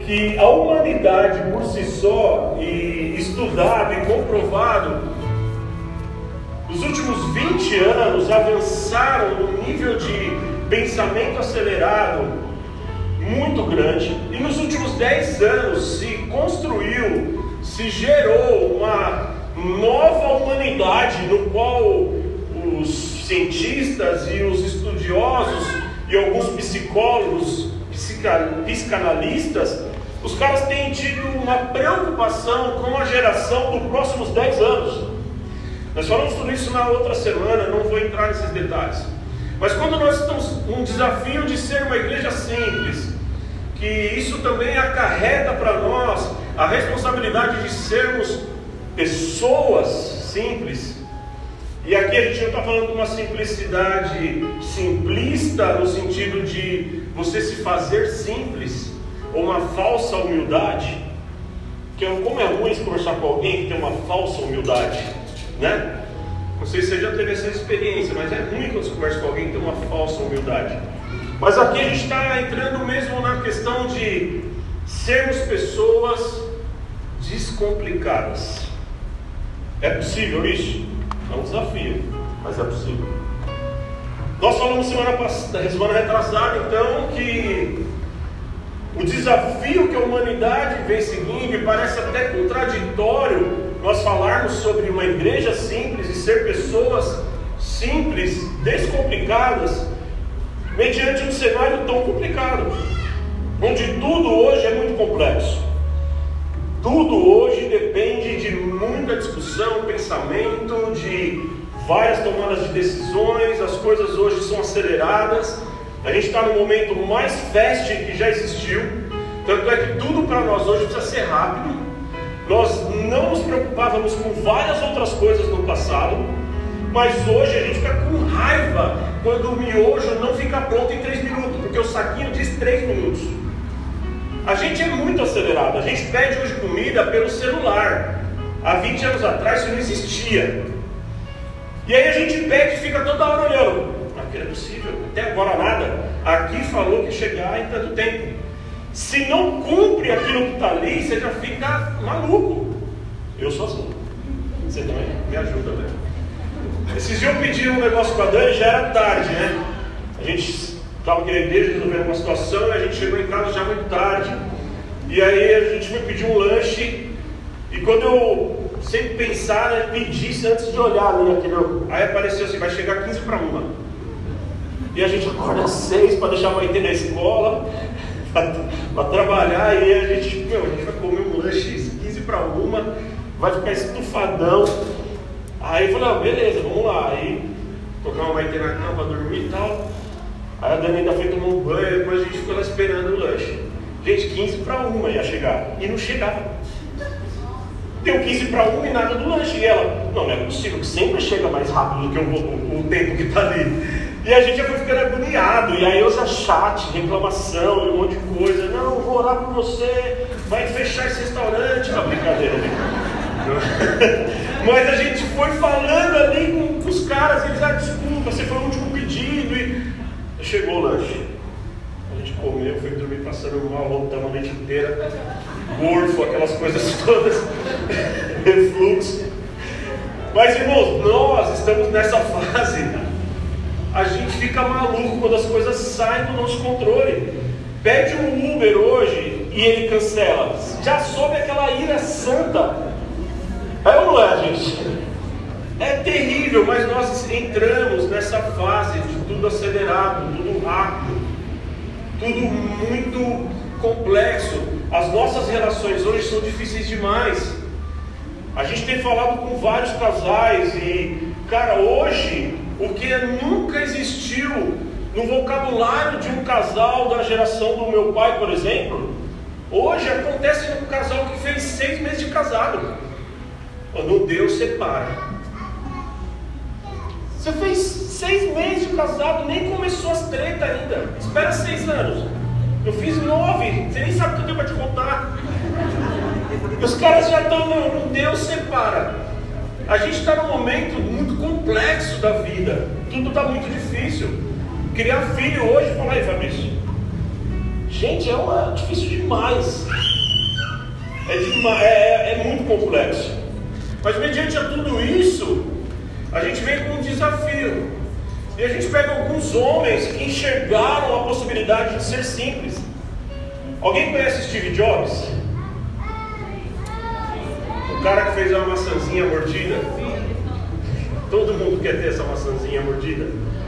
que a humanidade por si só, e estudado e comprovado, nos últimos 20 anos avançaram num nível de pensamento acelerado muito grande, e nos últimos 10 anos se construiu, se gerou uma nova humanidade no qual os cientistas e os estudiosos e alguns psicólogos, psicanalistas, os caras têm tido uma preocupação com a geração dos próximos 10 anos. Nós falamos sobre isso na outra semana, não vou entrar nesses detalhes. Mas quando nós estamos num desafio de ser uma igreja simples, que isso também acarreta para nós a responsabilidade de sermos pessoas simples. E aqui a gente não está falando de uma simplicidade simplista no sentido de você se fazer simples, ou uma falsa humildade, que como é ruim conversar com alguém que tem uma falsa humildade, né? Não sei se você já teve essa experiência, mas é ruim quando você conversa com alguém que tem uma falsa humildade. Mas aqui a gente está entrando mesmo na questão de sermos pessoas descomplicadas. É possível isso? É um desafio, mas é possível. Nós falamos semana retrasada, então, que o desafio que a humanidade vem seguindo, e parece até contraditório nós falarmos sobre uma igreja simples e ser pessoas simples, descomplicadas, mediante um cenário tão complicado, onde tudo hoje é muito complexo. Tudo hoje depende de muita discussão, pensamento, de várias tomadas de decisões. As coisas hoje são aceleradas. A gente está no momento mais fast que já existiu. Tanto é que tudo para nós hoje precisa ser rápido. Nós não nos preocupávamos com várias outras coisas no passado, mas hoje a gente fica com raiva quando o miojo não fica pronto em 3 minutos, porque o saquinho diz 3 minutos. A gente é muito acelerado. A gente pede hoje comida pelo celular. Há 20 anos atrás isso não existia. E aí a gente pede e fica toda hora olhando. Aqui não é possível, até agora nada. Aqui falou que ia chegar em tanto tempo. Se não cumpre aquilo que está ali, você já fica maluco. Eu sou assim. Você também me ajuda, né? Esses dias eu pedi um negócio com a Dani, já era tarde, né? A gente estava aqui na igreja resolvendo uma situação e a gente chegou em casa já muito tarde. E aí a gente foi pedir um lanche. E quando eu sempre pensar, né, pedisse antes de olhar ali aquilo, aí apareceu assim, vai chegar 15 para 1. E a gente acorda às 6 para deixar a mãe ter na escola, para trabalhar, e a gente vai comer um lanche 15 para 1, vai ficar estufadão. Aí eu falei, beleza, vamos lá. Aí tocar uma mãe ter na cama para dormir e tal. Aí a Dani ainda foi tomar um banho, depois a gente ficou lá esperando o lanche. Gente, 15 para 1 ia chegar, e não chegava. Deu 15 para 1 e nada do lanche. E ela, não é possível, que sempre chega mais rápido do que o tempo que está ali. E a gente já foi ficando agoniado. E aí eu já chat, reclamação, um monte de coisa. Não, vou orar por você, vai fechar esse restaurante. Não, brincadeira, né? Mas a gente foi falando ali com os caras. Eles, desculpa, você foi o último pedido. E chegou o lanche. A gente comeu, foi dormir passando mal, voltamos a noite inteira. Gorfo, aquelas coisas todas, refluxo. Mas irmãos, nós estamos nessa fase. A gente fica maluco quando as coisas saem do nosso controle. Pede um Uber hoje e ele cancela. Já soube aquela ira santa. É ou não é, gente? É terrível, mas nós entramos nessa fase de tudo acelerado, tudo rápido, tudo muito complexo. As nossas relações hoje são difíceis demais. A gente tem falado com vários casais e, cara, hoje, o que nunca existiu no vocabulário de um casal da geração do meu pai, por exemplo, hoje acontece num casal que fez 6 meses de casado. Quando Deus separa. Você fez 6 meses de casado, nem começou as tretas ainda. Espera 6 anos. Eu fiz 9, você nem sabe o que eu tenho para te contar. Os caras já estão no Deus separa. A gente está num momento muito complexo da vida. Tudo está muito difícil. Criar filho hoje, fala aí, Fabrício. Gente, é difícil demais. É muito complexo. Mas mediante a tudo isso, a gente vem com um desafio. E a gente pega alguns homens que enxergaram a possibilidade de ser simples. Alguém conhece Steve Jobs? O cara que fez a maçãzinha mordida. Todo mundo quer ter essa maçãzinha mordida.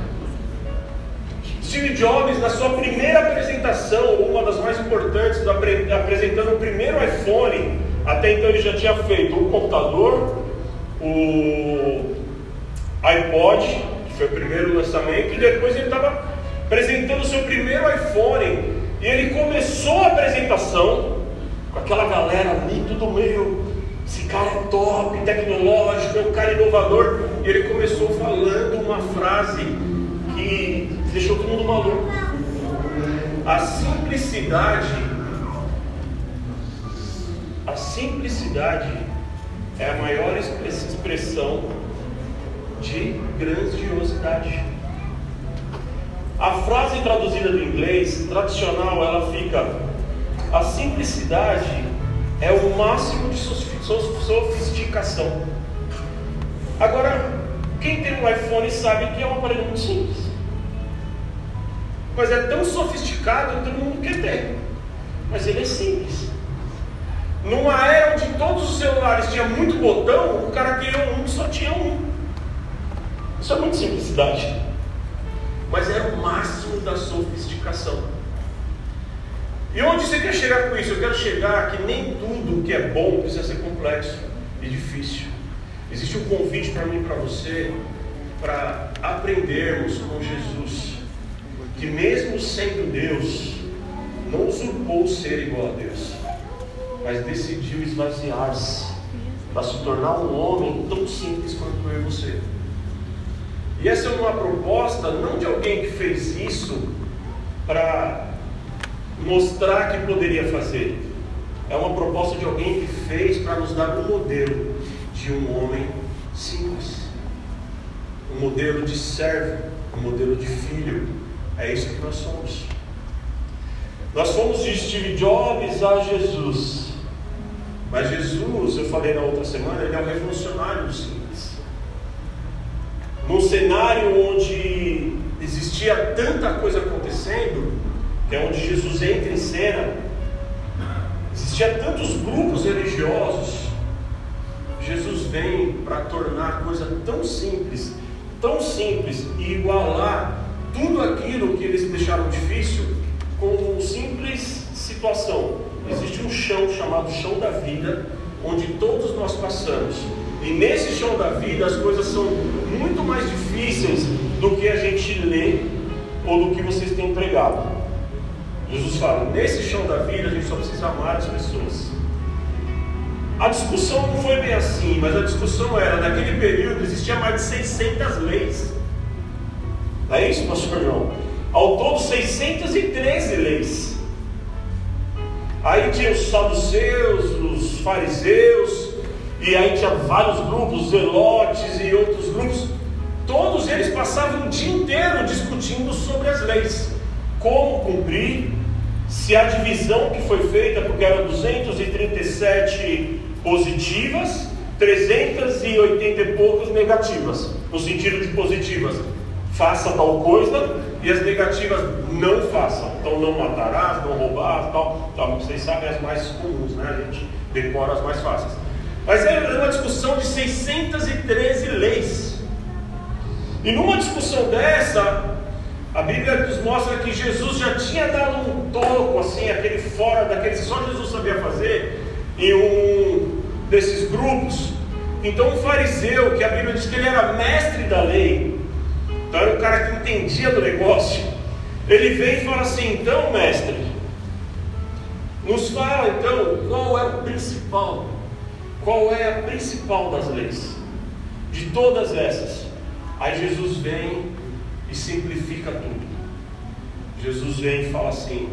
Steve Jobs, na sua primeira apresentação, uma das mais importantes, apresentando o primeiro iPhone, até então ele já tinha feito o computador, o iPod, que foi o primeiro lançamento, e depois ele estava apresentando o seu primeiro iPhone, e ele começou a apresentação com aquela galera ali, tudo meio, esse cara é top, tecnológico, é um cara inovador, e ele começou falando uma frase que deixou todo mundo maluco. A simplicidade é a maior expressão de grandiosidade. A frase traduzida do inglês tradicional, ela fica: a simplicidade é o máximo de sofisticação. Agora, quem tem um iPhone sabe que é um aparelho muito simples, mas é tão sofisticado que todo mundo quer ter, mas ele é simples. Numa era onde todos os celulares tinham muito botão, o cara criou um que só tinha um. Isso é muita simplicidade, mas era o máximo da sofisticação. E onde você quer chegar com isso? Eu quero chegar que nem tudo que é bom precisa ser complexo e difícil. Existe um convite para mim e para você, para aprendermos com Jesus, que mesmo sendo Deus, não usurpou ser igual a Deus, mas decidiu esvaziar-se para se tornar um homem tão simples quanto eu e você. E essa é uma proposta não de alguém que fez isso para mostrar que poderia fazer. É uma proposta de alguém que fez para nos dar um modelo de um homem simples, um modelo de servo, um modelo de filho. É isso que nós somos. Nós somos de Steve Jobs a Jesus. Mas Jesus, eu falei na outra semana, ele é o revolucionário do simples. Num cenário onde existia tanta coisa acontecendo, que é onde Jesus entra em cena, existia tantos grupos religiosos, Jesus vem para tornar a coisa tão simples, e igualar tudo aquilo que eles deixaram difícil com uma simples situação. Existe um chão chamado chão da vida, onde todos nós passamos. E nesse chão da vida as coisas são muito mais difíceis do que a gente lê ou do que vocês têm pregado. Jesus fala, nesse chão da vida a gente só precisa amar as pessoas. A discussão não foi bem assim, mas a discussão era, naquele período existia mais de 600 leis. Não é isso, pastor João? Ao todo 613 leis. Aí tinha os saduceus, os fariseus, e aí tinha vários grupos, zelotes e outros grupos. Todos eles passavam o dia inteiro discutindo sobre as leis, como cumprir, se a divisão que foi feita, porque eram 237 positivas, 380 e poucas negativas, no sentido de positivas, faça tal coisa, e as negativas, não façam. Então, não matarás, não roubarás, tal. Vocês sabem as mais comuns, né? A gente decora as mais fáceis. Mas é uma discussão de 613 leis. E numa discussão dessa, a Bíblia nos mostra que Jesus já tinha dado um toco, assim, aquele fora daquele que só Jesus sabia fazer, em um desses grupos. Então um fariseu, que a Bíblia diz que ele era mestre da lei, então era um cara que entendia do negócio, ele vem e fala assim, então mestre, nos fala então qual é a principal das leis, de todas essas. Aí Jesus vem e simplifica tudo. Jesus vem e fala assim,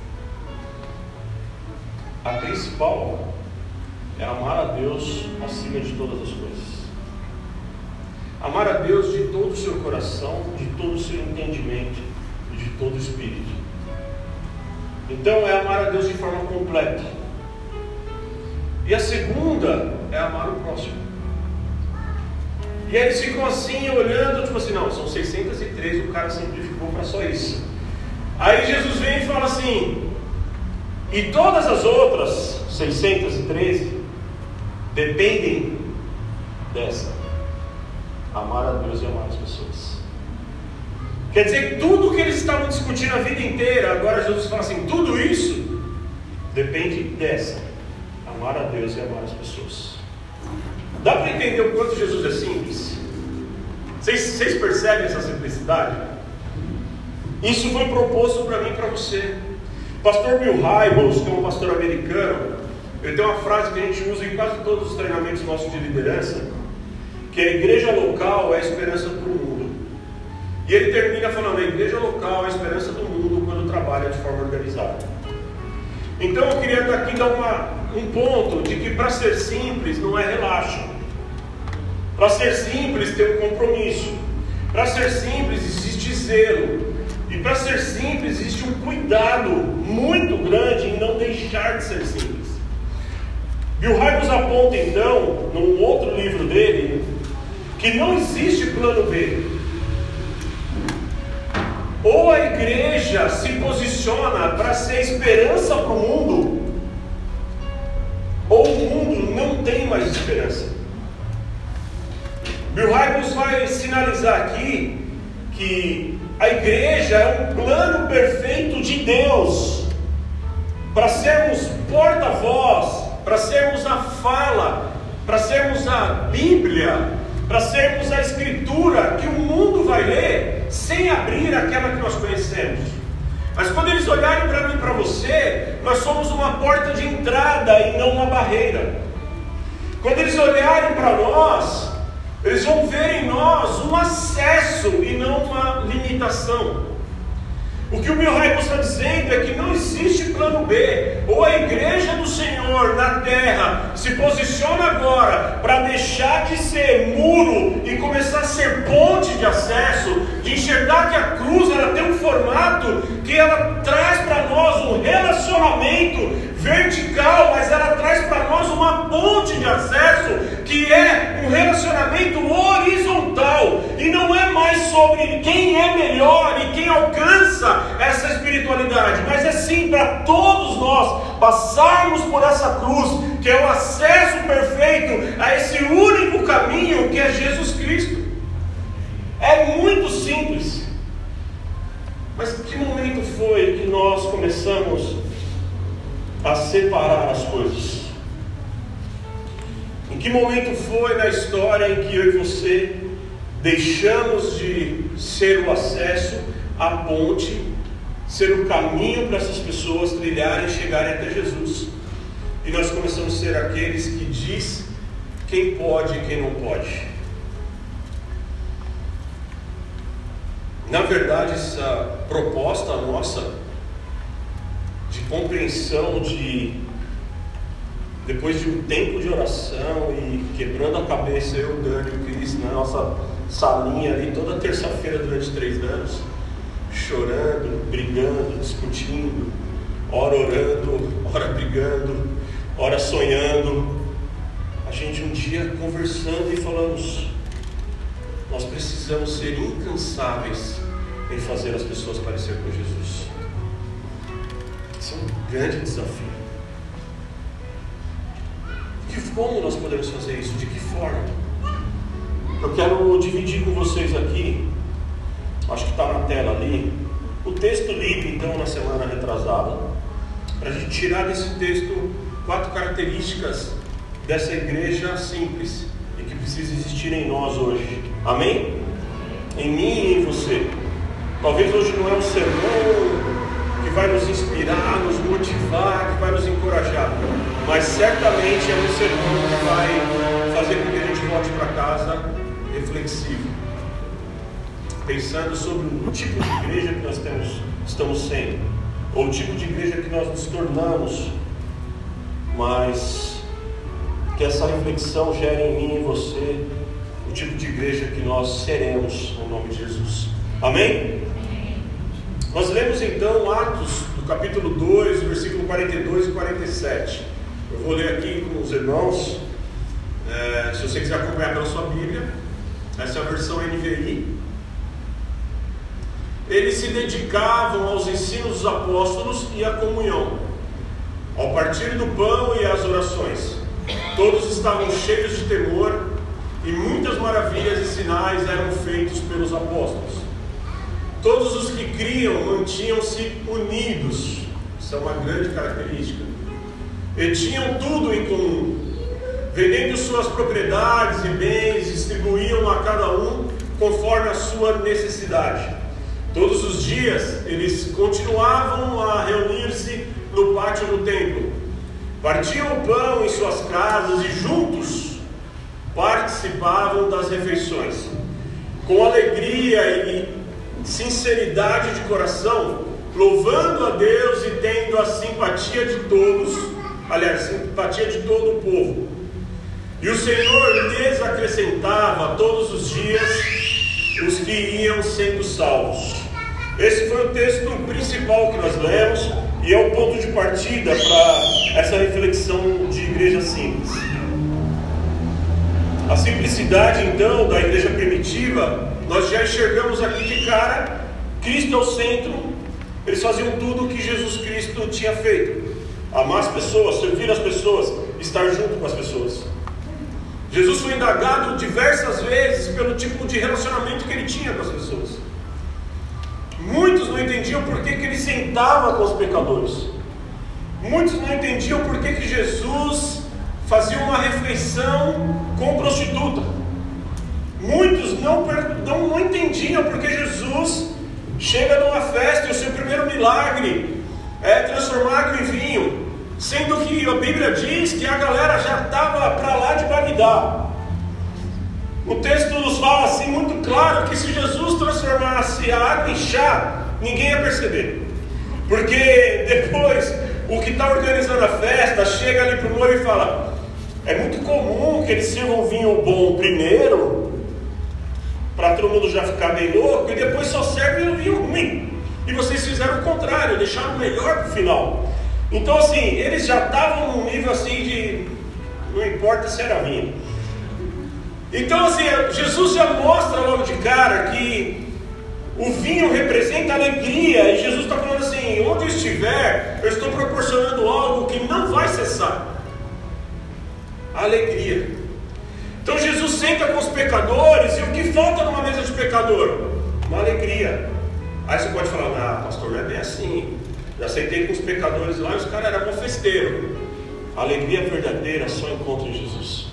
a principal é amar a Deus acima de todas as coisas. Amar a Deus de todo o seu coração, de todo o seu entendimento e de todo o espírito. Então é amar a Deus de forma completa. E a segunda é amar o próximo. E aí eles ficam assim, olhando, tipo assim, não, são 603, o cara simplificou para só isso. Aí Jesus vem e fala assim, e todas as outras 613 dependem dessa: amar a Deus e amar as pessoas. Quer dizer que tudo que eles estavam discutindo a vida inteira, agora Jesus fala assim, tudo isso depende dessa: amar a Deus e amar as pessoas. Dá para entender o quanto Jesus é simples? Vocês percebem essa simplicidade? Isso foi proposto para mim e para você. Pastor Bill Hybels, que é um pastor americano, ele tem uma frase que a gente usa em quase todos os treinamentos nossos de liderança, que a igreja local é a esperança do mundo. E ele termina falando, a igreja local é a esperança do mundo quando trabalha de forma organizada. Então eu queria aqui dar um ponto de que para ser simples não é relaxo. Para ser simples tem um compromisso. Para ser simples existe zelo. E para ser simples existe um cuidado muito grande em não deixar de ser simples. Bill Hybels aponta então, num outro livro dele, que não existe plano B. Ou a igreja se posiciona para ser esperança para o mundo, ou o mundo não tem mais esperança. Bill Hybels vai sinalizar aqui que a igreja é um plano perfeito de Deus para sermos porta-voz, para sermos a fala, para sermos a Bíblia, para sermos a Escritura que o mundo vai ler sem abrir aquela que nós conhecemos. Mas quando eles olharem para mim e para você, nós somos uma porta de entrada e não uma barreira. Quando eles olharem para nós, eles vão ver em nós um acesso e não uma limitação. O que o Bill Hybels está dizendo é que não existe plano B. Ou a igreja do Senhor na terra se posiciona agora para deixar de ser muro e começar a ser ponte de acesso, de enxergar que a cruz ela tem um formato que ela traz para nós um relacionamento vertical, mas ela traz para nós uma ponte de acesso que é um relacionamento horizontal, e não é mais sobre quem é melhor e quem alcança essa espiritualidade, mas é sim para todos nós passarmos por essa cruz, que é o acesso perfeito a esse único caminho que é Jesus Cristo. É muito simples. Mas que momento foi que nós começamos a separar as coisas? Em que momento foi na história em que eu e você deixamos de ser o acesso, a ponte, ser o caminho para essas pessoas trilharem e chegarem até Jesus, e nós começamos a ser aqueles que diz quem pode e quem não pode? Na verdade, essa proposta nossa de compreensão, depois de um tempo de oração e quebrando a cabeça, eu, Dani e o Cris, na nossa salinha ali, toda terça-feira durante 3 anos, chorando, brigando, discutindo, ora orando, ora brigando, ora sonhando, a gente um dia conversando e falamos, nós precisamos ser incansáveis em fazer as pessoas parecer com Jesus. Isso é um grande desafio. Como nós podemos fazer isso? De que forma? Eu quero dividir com vocês aqui, acho que está na tela ali, o texto lido então na semana retrasada, para a gente tirar desse texto 4 características dessa igreja simples e que precisa existir em nós hoje. Amém? Em mim e em você. Talvez hoje não é um sermão que vai nos inspirar, nos motivar, que vai nos encorajar, mas certamente é um sermão que vai fazer com que a gente volte para casa reflexivo, pensando sobre o tipo de igreja que nós estamos sendo, ou o tipo de igreja que nós nos tornamos, mas que essa reflexão gere em mim e em você o tipo de igreja que nós seremos, no nome de Jesus. Amém? Nós lemos então Atos, do do capítulo 2, versículo 42 e 47. Eu vou ler aqui com os irmãos. Se você quiser acompanhar pela sua Bíblia, essa é a versão NVI. Eles se dedicavam aos ensinos dos apóstolos e à comunhão, ao partir do pão e às orações. Todos estavam cheios de temor, e muitas maravilhas e sinais eram feitos pelos apóstolos. Todos os que criam mantinham-se unidos. Isso é uma grande característica. E tinham tudo em comum. Vendendo suas propriedades e bens, distribuíam a cada um conforme a sua necessidade. Todos os dias eles continuavam a reunir-se no pátio do templo. Partiam o pão em suas casas e juntos participavam das refeições. Com alegria e sinceridade de coração, louvando a Deus e tendo a simpatia de todos, simpatia de todo o povo. E o Senhor lhes acrescentava todos os dias os que iam sendo salvos. Esse foi o texto principal que nós lemos e é o ponto de partida para essa reflexão de igreja simples. A simplicidade, então, da igreja primitiva, nós já enxergamos aqui de cara. Cristo é o centro. Eles faziam tudo o que Jesus Cristo tinha feito: amar as pessoas, servir as pessoas, estar junto com as pessoas. Jesus foi indagado diversas vezes pelo tipo de relacionamento que ele tinha com as pessoas. Muitos não entendiam por que ele sentava com os pecadores. Muitos não entendiam por que Jesus fazia uma refeição com prostituta. Muitos não entendiam porque Jesus chega numa festa e o seu primeiro milagre é transformar água em vinho, sendo que a Bíblia diz que a galera já estava para lá de Bagdá. O texto nos fala assim muito claro que se Jesus transformasse a água em chá, ninguém ia perceber, porque depois o que está organizando a festa chega ali para o noivo e fala: é muito comum que eles sirvam vinho bom primeiro, para todo mundo já ficar bem louco, e depois só servem o vinho ruim. E vocês fizeram o contrário, deixaram o melhor para o final. Então assim, eles já estavam num nível assim de não importa se era vinho. Então assim, Jesus já mostra logo de cara que o vinho representa alegria. E Jesus está falando assim: onde eu estiver, eu estou proporcionando algo que não vai cessar. A alegria. Então Jesus senta com os pecadores, e o que falta numa mesa de pecador? Uma alegria. Aí você pode falar: ah, pastor, não é bem assim. Já sentei com os pecadores lá e os caras eram bom festeiro. A alegria verdadeira só encontra em Jesus.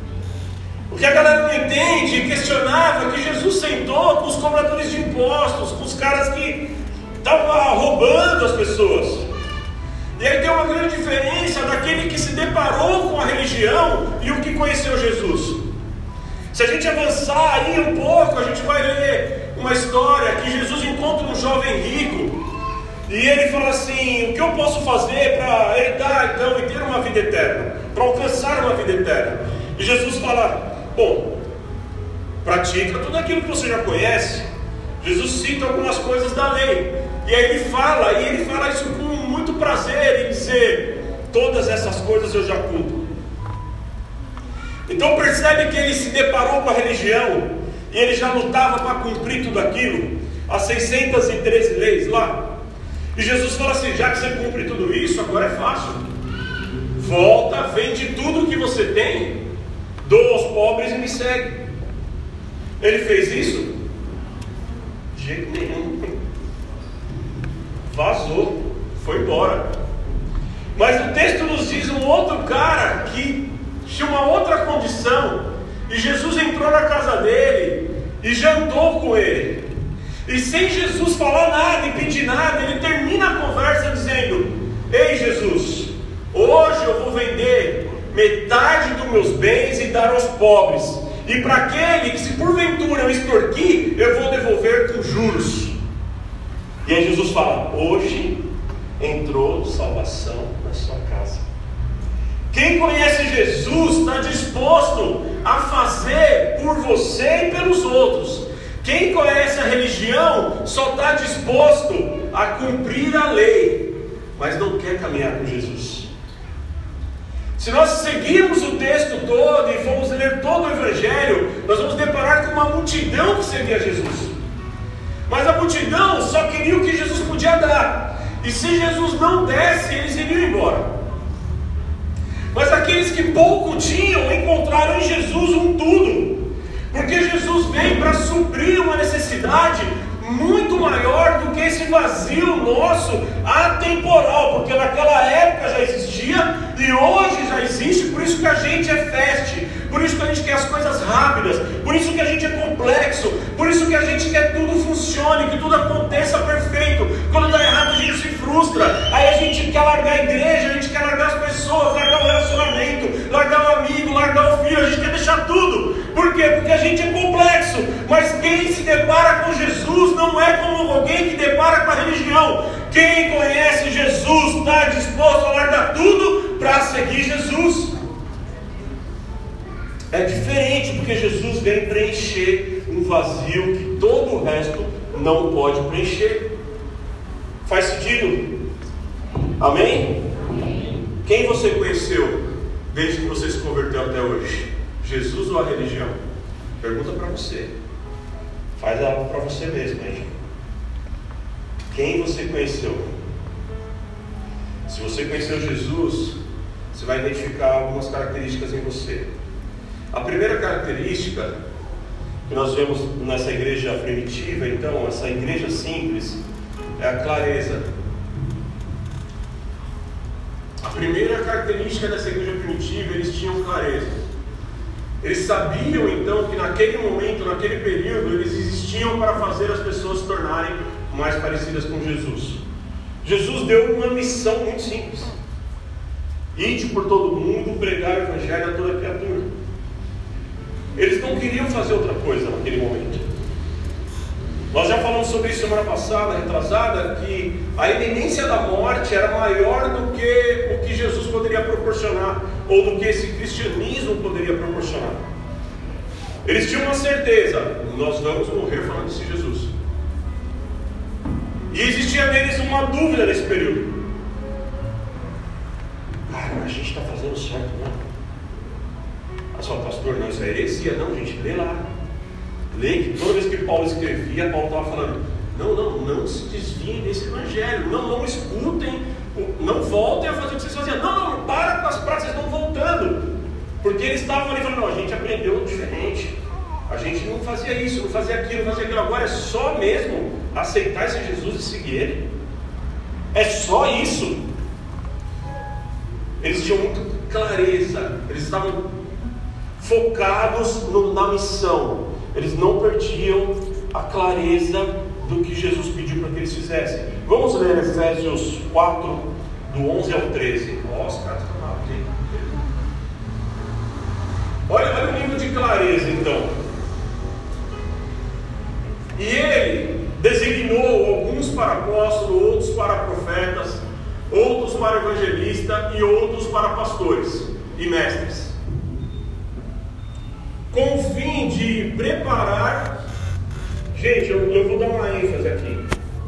O que a galera não entende e questionava é que Jesus sentou com os cobradores de impostos, com os caras que estavam roubando as pessoas. E aí tem uma grande diferença daquele que se deparou com a religião e o que conheceu Jesus. Se a gente avançar aí um pouco, a gente vai ler uma história que Jesus encontra um jovem rico. E ele fala assim: o que eu posso fazer para herdar então e ter uma vida eterna? Para alcançar uma vida eterna? E Jesus fala: bom, pratica tudo aquilo que você já conhece. Jesus cita algumas coisas da lei. E aí ele fala isso com muito prazer em dizer: todas essas coisas eu já cumpro. Então percebe que ele se deparou com a religião e ele já lutava para cumprir tudo aquilo, as 613 leis lá. E Jesus fala assim: já que você cumpre tudo isso, agora é fácil. Volta, vende tudo o que você tem, doa aos pobres e me segue. Ele fez isso? De jeito nenhum. Vazou, foi embora. Mas o texto nos diz um outro cara que tinha uma outra condição, e Jesus entrou na casa dele e jantou com ele. E sem Jesus falar nada e pedir nada, ele termina a conversa dizendo: ei Jesus, hoje eu vou vender metade dos meus bens e dar aos pobres, e para aquele que se porventura eu extorquir, eu vou devolver com juros. E aí Jesus fala: hoje entrou salvação na sua casa. Quem conhece Jesus está disposto a fazer por você e pelos outros. Quem conhece a religião só está disposto a cumprir a lei. mas não quer caminhar com Jesus. Se nós seguirmos o texto todo e formos ler todo o Evangelho, nós vamos deparar com uma multidão que seguia Jesus. Mas a multidão só queria o que Jesus podia dar. E se Jesus não desse, eles iriam embora. Mas aqueles que pouco tinham, encontraram em Jesus um tudo. Porque Jesus veio para suprir uma necessidade muito maior do que esse vazio nosso atemporal, porque naquela época já existia e hoje já existe. Por isso que a gente é fast, por isso que a gente quer as coisas rápidas, por isso que a gente é complexo, por isso que a gente quer que tudo funcione, que tudo aconteça perfeito. Quando dá errado a gente se frustra, aí a gente quer largar a igreja, a gente quer largar as pessoas, largar o relacionamento, largar o amigo, largar o filho, a gente quer deixar tudo. Por quê? Porque a gente é complexo. Mas quem se depara com Jesus não é como alguém que depara com a religião. Quem conhece Jesus está disposto a largar tudo para seguir Jesus. É diferente, porque Jesus vem preencher um vazio que todo o resto não pode preencher. Faz sentido? Amém? Quem você conheceu desde que você se converteu até hoje? Jesus ou a religião? Pergunta para você. Faz para você mesmo aí. Quem você conheceu? Se você conheceu Jesus, você vai identificar algumas características em você. A primeira característica que nós vemos nessa igreja primitiva, então, essa igreja simples, é a clareza. A primeira característica dessa igreja primitiva, eles tinham clareza. Eles sabiam então que naquele momento, naquele período, eles existiam para fazer as pessoas se tornarem mais parecidas com Jesus. Jesus deu uma missão muito simples: ide por todo mundo, pregar o evangelho a toda criatura. Eles não queriam fazer outra coisa naquele momento. Nós já falamos sobre isso semana passada, retrasada, que a iminência da morte era maior do que o que Jesus poderia proporcionar, ou do que esse cristianismo poderia proporcionar. Eles tinham uma certeza: nós vamos morrer falando desse Jesus. E existia neles uma dúvida nesse período: cara, a gente está fazendo certo, não? Ah, só pastor, não, isso é heresia. Não, gente, lê lá. Lê que toda vez que Paulo escrevia, Paulo estava falando: não se desviem desse evangelho, não escutem, não voltem a fazer o que vocês faziam, não, para com as práticas, vocês estão voltando. Porque eles estavam ali falando: não, a gente aprendeu diferente, a gente não fazia isso, não fazia aquilo, agora é só mesmo aceitar esse Jesus e seguir ele. É só isso. Eles tinham muita clareza, eles estavam focados na missão. Eles não perdiam a clareza do que Jesus pediu para que eles fizessem. Vamos ler Efésios 4, do 11 ao 13. Nossa, cara, está mal aqui. Olha o nível de clareza, então. E ele designou alguns para apóstolos, outros para profetas, outros para evangelistas e outros para pastores e mestres, com o fim de preparar. Gente, eu vou dar uma ênfase aqui.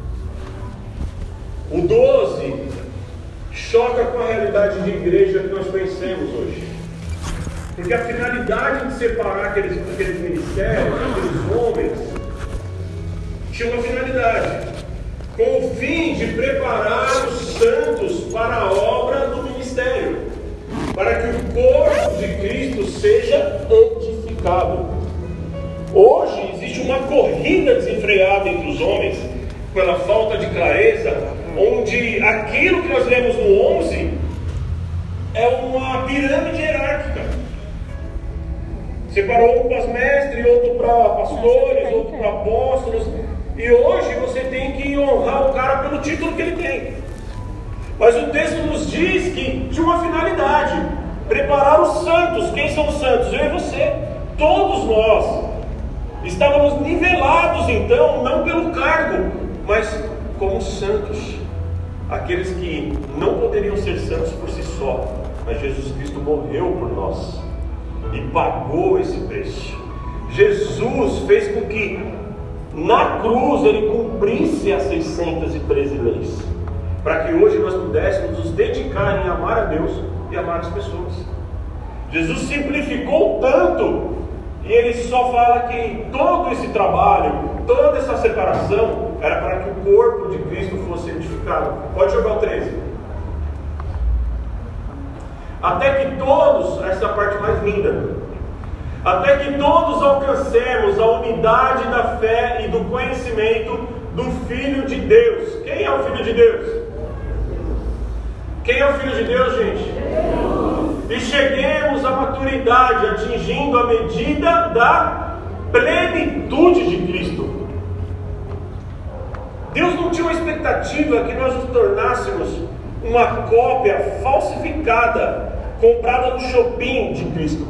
O 12 choca com a realidade de igreja que nós conhecemos hoje. Porque a finalidade de separar aqueles ministérios, aqueles homens, tinha uma finalidade: com o fim de preparar os santos para a obra do ministério, para que o corpo de Cristo seja edificado. Hoje existe uma corrida desenfreada entre os homens pela falta de clareza, onde aquilo que nós lemos no 11 é uma pirâmide hierárquica. Separou um para mestres, outro para pastores, outro para apóstolos. E hoje você tem que honrar o cara pelo título que ele tem. Mas o texto nos diz que tinha uma finalidade: preparar os santos. Quem são os santos? Eu e você. Todos nós estávamos nivelados então, não pelo cargo, mas como santos. Aqueles que não poderiam ser santos por si só, mas Jesus Cristo morreu por nós e pagou esse preço. Jesus fez com que na cruz ele cumprisse as 613 leis. para que hoje nós pudéssemos nos dedicar em amar a Deus e amar as pessoas. Jesus simplificou tanto, e ele só fala que todo esse trabalho, toda essa separação, era para que o corpo de Cristo fosse edificado. Pode jogar o 13. Até que todos, essa é a parte mais linda, até que todos alcancemos a unidade da fé e do conhecimento do Filho de Deus. Quem é o Filho de Deus? Quem é o Filho de Deus, gente? E cheguemos à maturidade, atingindo a medida da plenitude de Cristo. Deus não tinha uma expectativa que nós nos tornássemos uma cópia falsificada, comprada no shopping de Cristo.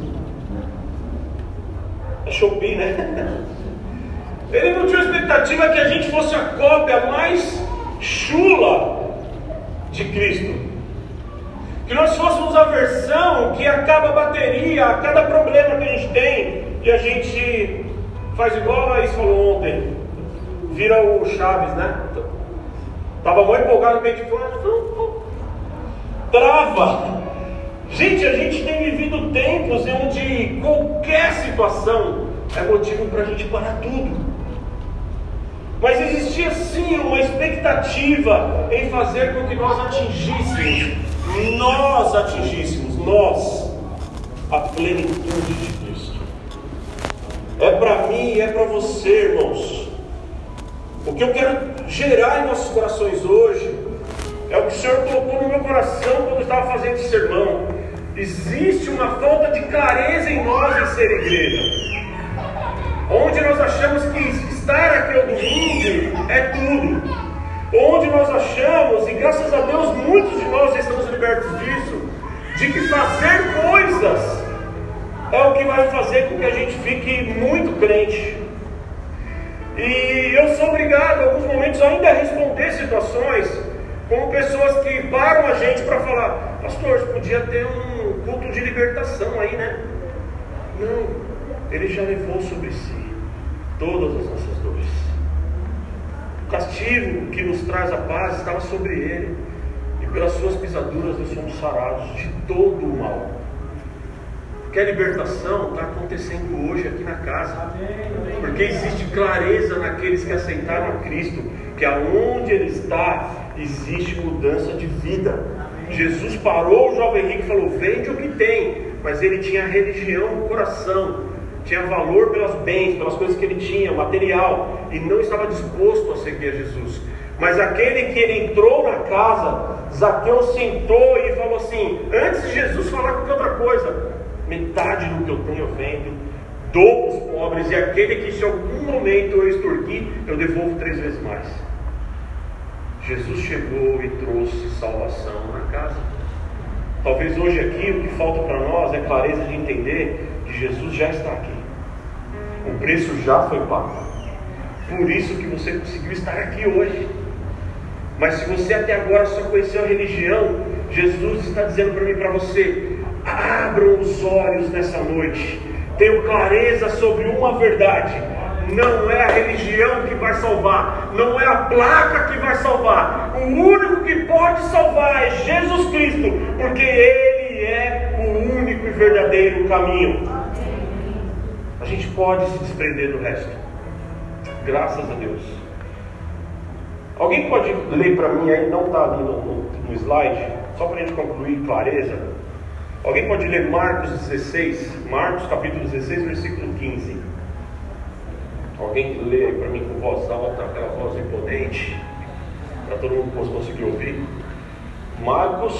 É shopping, né? Ele não tinha uma expectativa que a gente fosse a cópia mais chula de Cristo. Que nós fôssemos a versão que acaba a bateria a cada problema que a gente tem, e a gente faz igual a Laís falou ontem, vira o Chaves, né? Estava muito empolgado no meio de fora, trava. Gente, a gente tem vivido tempos onde qualquer situação é motivo para a gente parar tudo. Mas existia sim uma expectativa em fazer com que nós atingíssemos a plenitude de Cristo. É para mim e é para você, irmãos. O que eu quero gerar em nossos corações hoje é o que o Senhor colocou no meu coração quando eu estava fazendo esse sermão. Existe uma falta de clareza em nós em ser igreja, onde nós achamos que estar aqui ao domingo é tudo. Onde nós achamos, e graças a Deus muitos de nós já estamos libertos disso, de que fazer coisas é o que vai fazer com que a gente fique muito crente. E eu sou obrigado, em alguns momentos, ainda a responder situações como pessoas que param a gente para falar: pastor, você podia ter um culto de libertação aí, né? Não, ele já levou sobre si todas as nossas dores. O castigo que nos traz a paz estava sobre ele, e pelas suas pisaduras nós somos sarados de todo o mal. Porque a libertação está acontecendo hoje aqui na casa, porque existe clareza naqueles que aceitaram a Cristo, que aonde Ele está, existe mudança de vida. Jesus parou o jovem rico e falou: vende o que tem. Mas ele tinha religião no coração, tinha valor pelos bens, pelas coisas que ele tinha, material, e não estava disposto a seguir a Jesus. Mas aquele que ele entrou na casa, Zaqueu sentou e falou assim, antes de Jesus falar qualquer outra coisa: metade do que eu tenho eu vendo, dou para os pobres, e aquele que se algum momento eu extorquir, eu devolvo 3 vezes mais. Jesus chegou e trouxe salvação na casa. Talvez hoje aqui o que falta para nós é clareza de entender que Jesus já está aqui, o preço já foi pago, por isso que você conseguiu estar aqui hoje. Mas se você até agora só conheceu a religião, Jesus está dizendo para mim e para você: abram os olhos nessa noite, tenham clareza sobre uma verdade: não é a religião que vai salvar, não é a placa que vai salvar, o único que pode salvar é Jesus Cristo, porque Ele é o único e verdadeiro caminho. A gente pode se desprender do resto, graças a Deus. Alguém pode ler para mim, aí não está ali no slide, só para a gente concluir clareza? Alguém pode ler Marcos 16, Marcos capítulo 16, versículo 15. Alguém lê para mim com voz alta, aquela voz imponente, para todo mundo conseguir ouvir. Marcos,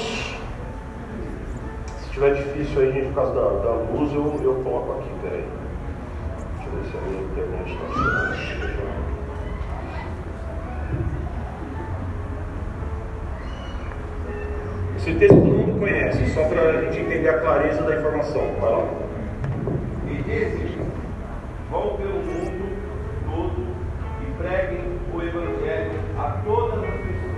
se estiver difícil aí, gente, por causa da luz, eu coloco aqui, peraí. Deixa eu ver se a minha internet está funcionando. Esse texto todo mundo conhece, só para a gente entender a clareza da informação. Vai lá. E disse: vão pelo mundo todo e preguem o Evangelho a todas as pessoas.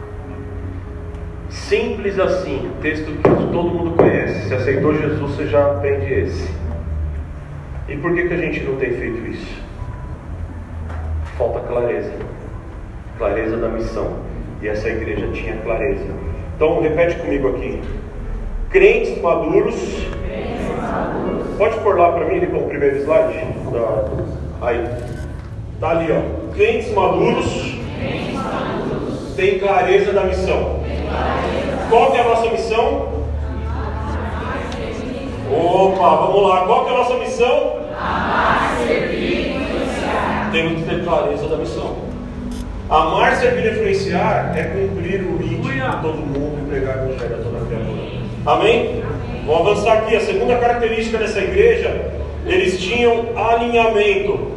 Simples assim, texto que todo mundo conhece. Se aceitou Jesus, você já aprende esse. E por que a gente não tem feito isso? Falta clareza. Clareza da missão. E essa igreja tinha clareza. Então repete comigo aqui. Crentes maduros. Pode pôr lá para mim ali como primeiro slide? Aí. Está ali, ó. Crentes maduros têm clareza da missão. Qual que é a nossa missão? Opa, vamos lá. Qual que é a nossa missão? Amar, servir e influenciar. Temos que ter clareza da missão. Amar, servir e influenciar é cumprir o íntimo de todo mundo e pregar o evangelho a toda a criatura. Amém? Vamos avançar aqui. A segunda característica dessa igreja, eles tinham alinhamento.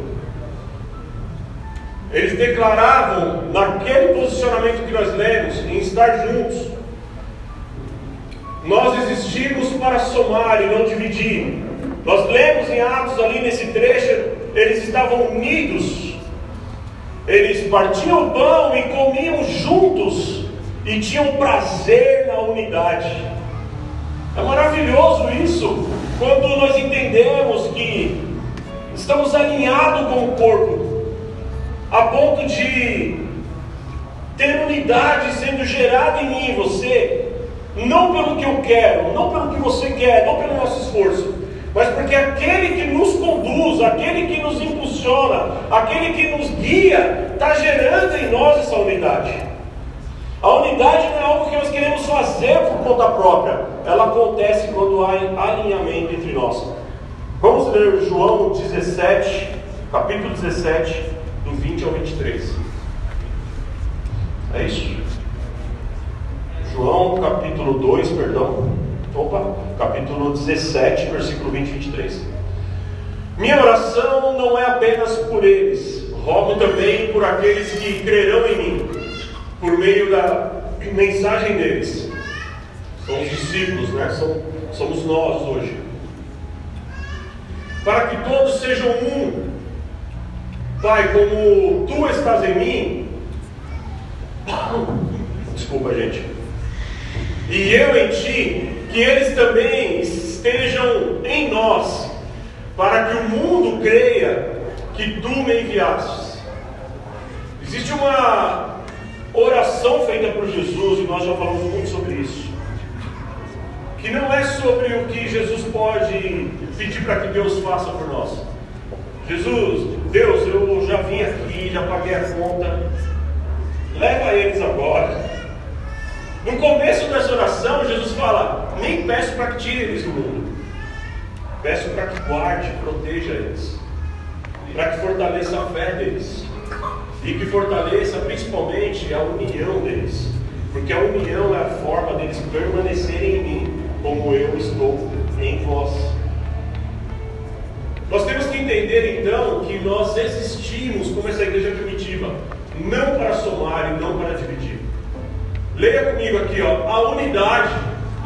Eles declaravam, naquele posicionamento que nós lemos, em estar juntos. Nós existimos para somar e não dividir. Nós lemos em Atos ali nesse trecho, eles estavam unidos. Eles partiam o pão e comiam juntos e tinham prazer na unidade. É maravilhoso isso, quando nós entendemos que estamos alinhados com o corpo, a ponto de ter unidade sendo gerada em mim e você, não pelo que eu quero, não pelo que você quer, não pelo nosso esforço, mas porque aquele que nos conduz, aquele que nos impulsiona, aquele que nos guia, está gerando em nós essa unidade. A unidade não é algo que nós queremos fazer por conta própria, ela acontece quando há alinhamento entre nós. Vamos ler João 17, capítulo 17, do 20 ao 23. É isso? João capítulo 2, capítulo 17, versículo 20 e 23. Minha oração não é apenas por eles, rogo também por aqueles que crerão em mim, por meio da mensagem deles. São os discípulos, né? Somos nós hoje. Para que todos sejam um. Pai, como tu estás em mim, desculpa, gente, e eu em ti, que eles também estejam em nós, para que o mundo creia que tu me enviastes. Existe uma oração feita por Jesus, e nós já falamos muito sobre isso, que não é sobre o que Jesus pode pedir para que Deus faça por nós. Jesus, Deus, eu já vim aqui, já paguei a conta, leva eles agora. No começo dessa oração, Jesus fala: nem peço para que tire eles do mundo, peço para que guarde, proteja eles, para que fortaleça a fé deles, e que fortaleça principalmente a união deles, porque a união é a forma deles permanecerem em mim, como eu estou em vós. Nós temos que entender então que nós existimos como essa igreja primitiva, não para somar e não para dividir. Leia comigo aqui, ó. A unidade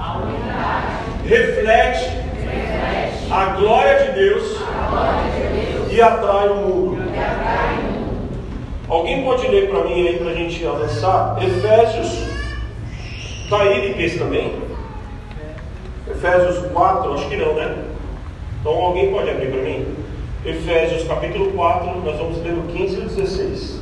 reflete a glória de Deus, e atrai o mundo. Alguém pode ler para mim aí, para a gente avançar? Efésios, está aí Liquez também? Efésios 4, acho que não, né? Então alguém pode abrir para mim? Efésios capítulo 4, nós vamos ler o 15 e o 16.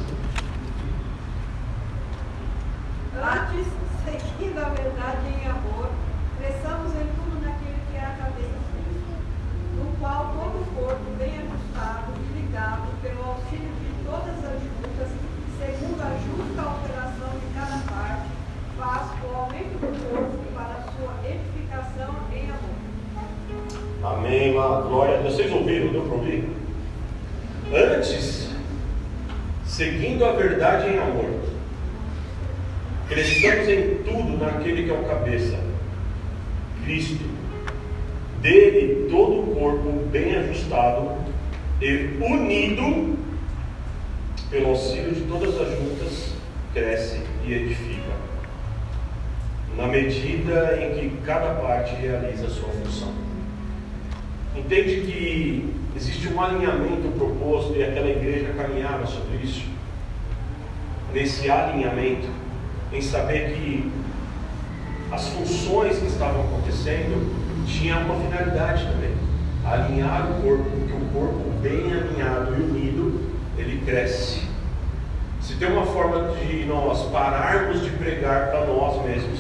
Antes, seguindo a verdade em amor, cresçamos em tudo naquele que é a cabeça de Cristo, no qual todo o corpo, bem ajustado e ligado pelo auxílio de todas as juntas, segundo a justa operação de cada parte, faz o aumento do corpo para a sua edificação em amor. Amém, glória a Deus. Vocês ouviram? Deu para ouvir? Antes, seguindo a verdade em amor, cresçamos em tudo naquele que é o cabeça, Cristo. Dele todo o corpo bem ajustado e unido pelo auxílio de todas as juntas, cresce e edifica, na medida em que cada parte realiza a sua função. Entende que existe um alinhamento proposto, e aquela igreja caminhava sobre isso, nesse alinhamento, em saber que as funções que estavam acontecendo tinham uma finalidade também: alinhar o corpo, porque o corpo bem alinhado e unido, ele cresce. Se tem uma forma de nós pararmos de pregar para nós mesmos,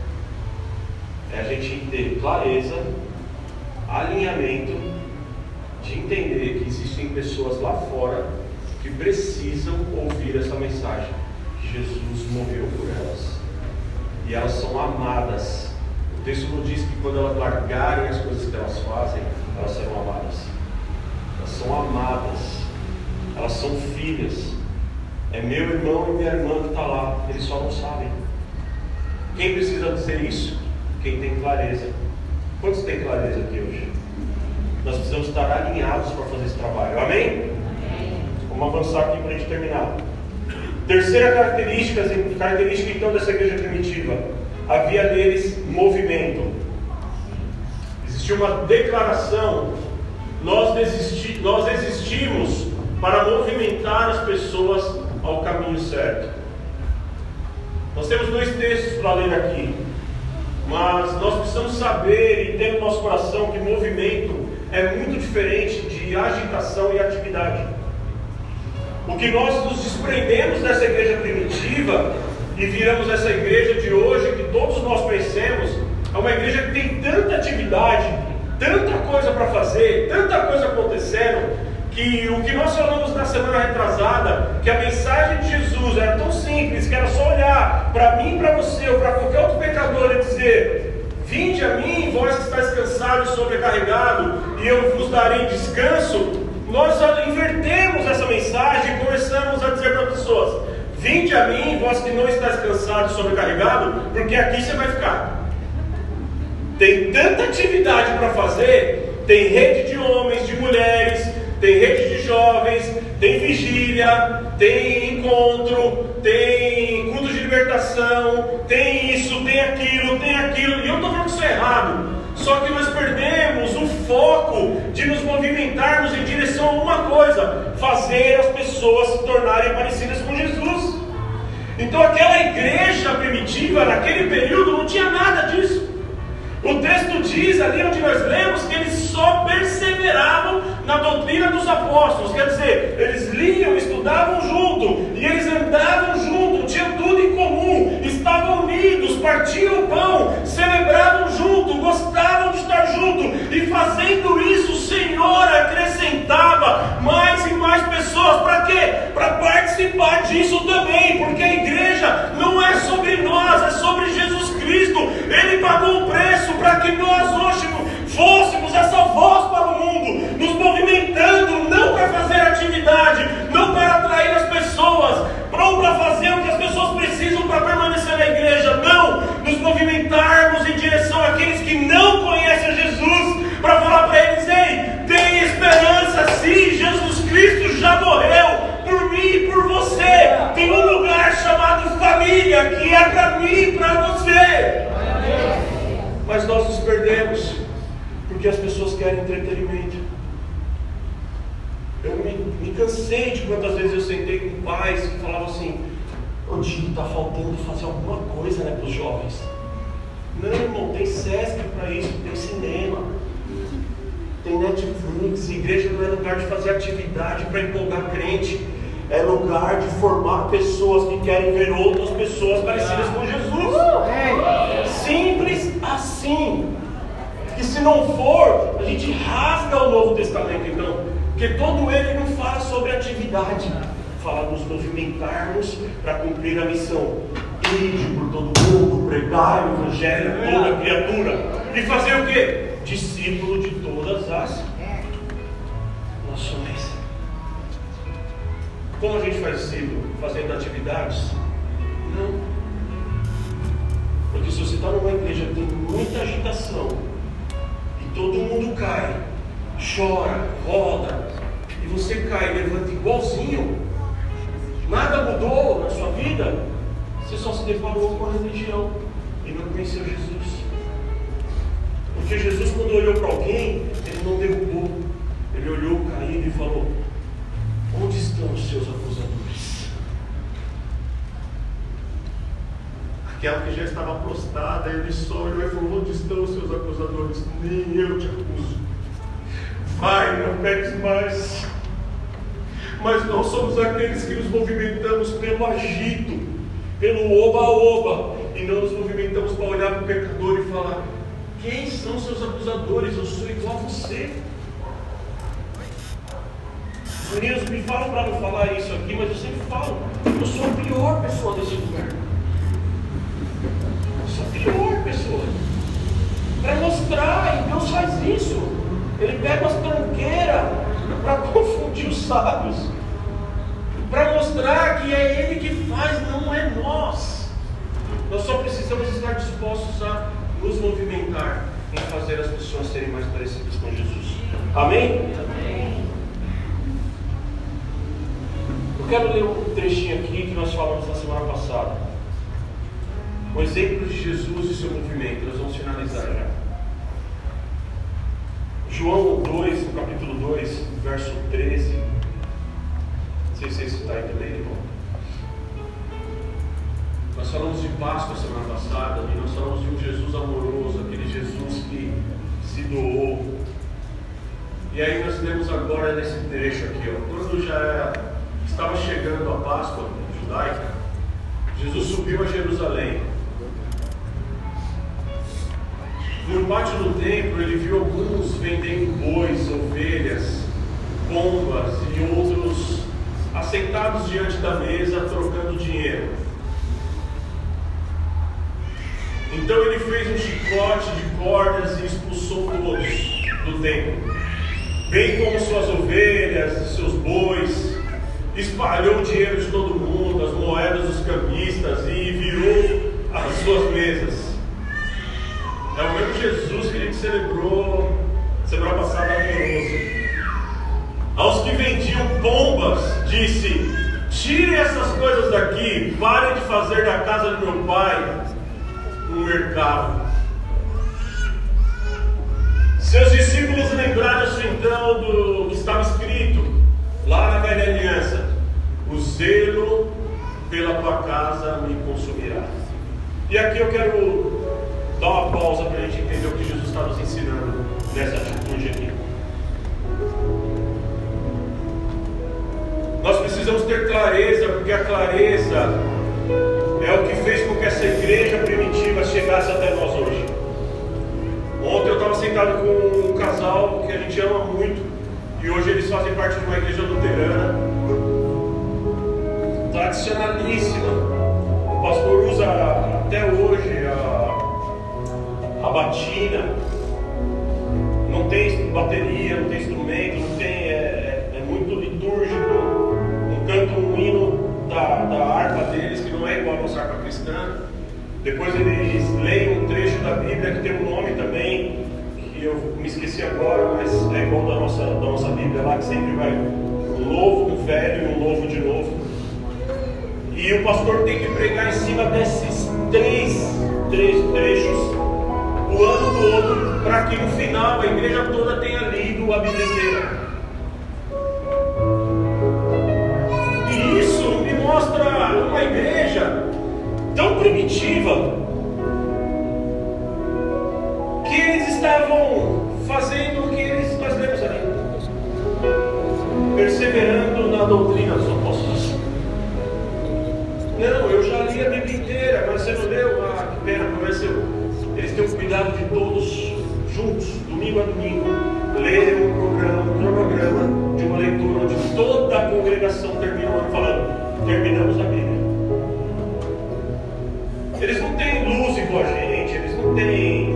é a gente ter clareza, alinhamento, de entender que existem pessoas lá fora que precisam ouvir essa mensagem, que Jesus morreu por elas, e elas são amadas. O texto não diz que quando elas largarem as coisas que elas fazem, elas serão amadas. Elas são amadas, elas são filhas. É meu irmão e minha irmã que está lá, eles só não sabem. Quem precisa dizer isso? Quem tem clareza. Quantos têm clareza aqui hoje? Nós precisamos estar alinhados para fazer esse trabalho, amém? Vamos avançar aqui para a gente terminar. Terceira característica então dessa igreja primitiva: havia neles movimento. Existia uma declaração: nós existimos para movimentar as pessoas ao caminho certo. Nós temos 2 textos para ler aqui, mas nós precisamos saber e ter no nosso coração que movimento é muito diferente de agitação e atividade. O que nós nos desprendemos dessa igreja primitiva e viramos essa igreja de hoje, que todos nós conhecemos, é uma igreja que tem tanta atividade, tanta coisa para fazer, tanta coisa acontecendo, que o que nós falamos na semana retrasada, que a mensagem de Jesus era tão simples, que era só olhar para mim, para você, ou para qualquer outro pecador e dizer: vinde a mim, vós que estáis cansados e sobrecarregados, e eu vos darei descanso. Nós invertemos essa mensagem e começamos a dizer para as pessoas: vinde a mim, vós que não estáis cansados e sobrecarregados, porque aqui você vai ficar. Tem tanta atividade para fazer, tem rede de homens, de mulheres, tem rede de jovens, tem vigília, tem encontro, tem culto de libertação, tem isso, tem aquilo, e eu não estou falando que isso é errado, só que nós perdemos o foco de nos movimentarmos em direção a uma coisa: fazer as pessoas se tornarem parecidas com Jesus. Então aquela igreja primitiva, naquele período, não tinha nada disso. O texto diz ali onde nós lemos que eles só perseveravam na doutrina dos apóstolos, quer dizer, eles liam, estudavam junto, e eles andavam junto, tinham tudo em comum, estavam unidos, partiam o pão, celebravam junto, gostavam de estar junto, e fazendo isso o Senhor acrescentava mais e mais pessoas. Para quê? Para participar disso também, porque a igreja não é sobre nós, é sobre Jesus Cristo. Ele pagou o preço para que nós hoje fôssemos essa voz para o mundo, nos movimentando, não para fazer atividade, não para atrair as pessoas, não para fazer o que as pessoas precisam para permanecer na igreja, não, nos movimentarmos em direção àqueles que não conhecem Jesus, para falar para eles: ei, tem esperança sim, Jesus Cristo já morreu por mim e por você, tem um lugar chamado família, que é para mim e para você. Mas nós nos perdemos, porque as pessoas querem entretenimento. Eu me cansei de quantas vezes eu sentei com pais que falavam assim: ô Diego, está faltando fazer alguma coisa, né, para os jovens. Não, irmão, tem Sesc para isso, tem cinema, tem Netflix. Igreja não é lugar de fazer atividade para empolgar crente, é lugar de formar pessoas que querem ver outras pessoas parecidas com Jesus. Simples assim. E se não for, a gente rasga o Novo Testamento então, porque todo ele não fala sobre atividade, fala nos movimentarmos para cumprir a missão: ide por todo mundo, pregar o evangelho a toda criatura, e fazer o quê? Discípulo de todas as nações. Como a gente faz discípulo? Fazendo atividades? Não. Porque se você está numa igreja que tem muita agitação, e todo mundo cai, chora, roda, e você cai e levanta igualzinho, nada mudou na sua vida, você só se deparou com a religião e não conheceu Jesus. Porque Jesus, quando olhou para alguém, ele não derrubou, ele olhou caído e falou: onde estão os seus acusadores? Aquela que já estava prostrada, ele só olhou e falou: onde estão os seus acusadores? Nem eu te acuso. Vai, não peques mais. mas nós somos aqueles que nos movimentamos pelo agito, pelo oba-oba, e não nos movimentamos para olhar para o pecador e falar: quem são seus acusadores? Eu sou igual a você. Os meninos me falam para não falar isso aqui, mas eu sempre falo: eu sou a pior pessoa desse lugar. Eu sou a pior pessoa. Para mostrar, e Deus faz isso. Ele pega as tranqueiras para confundir os sábios, para mostrar que é Ele que faz, não é nós. Nós só precisamos estar dispostos a nos movimentar em fazer as pessoas serem mais parecidas com Jesus. Amém? Amém. Eu quero ler um trechinho aqui que nós falamos na semana passada. O exemplo de Jesus e seu movimento. Nós vamos finalizar já. João 2, no capítulo 2, verso 13. Não sei se está aí também, irmão. Nós falamos de Páscoa semana passada, e nós falamos de um Jesus amoroso, aquele Jesus que se doou. E aí nós lemos agora nesse trecho aqui, ó, quando já estava chegando a Páscoa judaica, Jesus subiu a Jerusalém. No pátio do templo ele viu alguns vendendo bois, ovelhas, pombas e outros assentados diante da mesa trocando dinheiro. Então ele fez um chicote de cordas e expulsou todos do templo, bem como suas ovelhas e seus bois. Espalhou o dinheiro de todo mundo, as moedas dos cambistas, e virou as suas mesas. É o mesmo Jesus que a gente celebrou semana passada amoroso. Aos que vendiam pombas, disse: tirem essas coisas daqui, parem de fazer da casa do meu pai um mercado. Seus discípulos lembraram-se então do que estava escrito lá na velha aliança: o zelo pela tua casa me consumirá. E aqui eu quero dar uma pausa para a gente entender o que Jesus está nos ensinando nessa atitude aqui. Nós precisamos ter clareza, porque a clareza é o que fez com que essa igreja primitiva chegasse até nós hoje. Ontem eu estava sentado com um casal que a gente ama muito, e hoje eles fazem parte de uma igreja luterana tradicionalíssima. O pastor usa até hoje a batina, não tem bateria, não tem instrumento, não tem, é muito litúrgico. Cantam um hino da harpa deles, que não é igual a nossa harpa cristã. Depois eles leem um trecho da Bíblia que tem um nome também, que eu me esqueci agora, mas é igual da nossa Bíblia lá, que sempre vai um novo, um velho e um novo de novo. E o pastor tem que pregar em cima desses três trechos o ano todo, para que no final a igreja toda tenha lido a Bíblia inteira. E isso me mostra uma igreja tão primitiva, que eles estavam fazendo o que nós lemos ali, perseverando na doutrina dos apóstolos. Não, eu já li a Bíblia inteira, mas você não leu? Ah, que pena, mas eles têm o cuidado de todos juntos, domingo a domingo, lerem um cronograma de uma leitura onde toda a congregação termina o ano falando: terminamos a Bíblia. Eles não têm luz igual a gente, eles não têm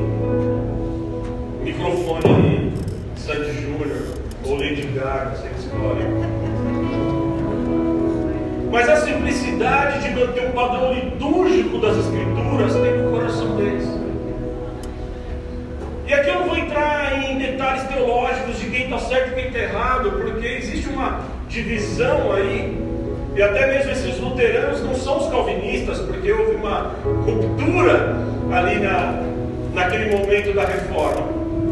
microfone Sandy Júnior ou Lady Gaga, você que escolhe. Mas a simplicidade de manter um padrão litúrgico das Escrituras tem no coração deles. E aqui eu não vou entrar em detalhes teológicos de quem está certo e quem está errado, porque existe uma divisão aí. E até mesmo esses luteranos não são os calvinistas, porque houve uma ruptura ali naquele momento da reforma.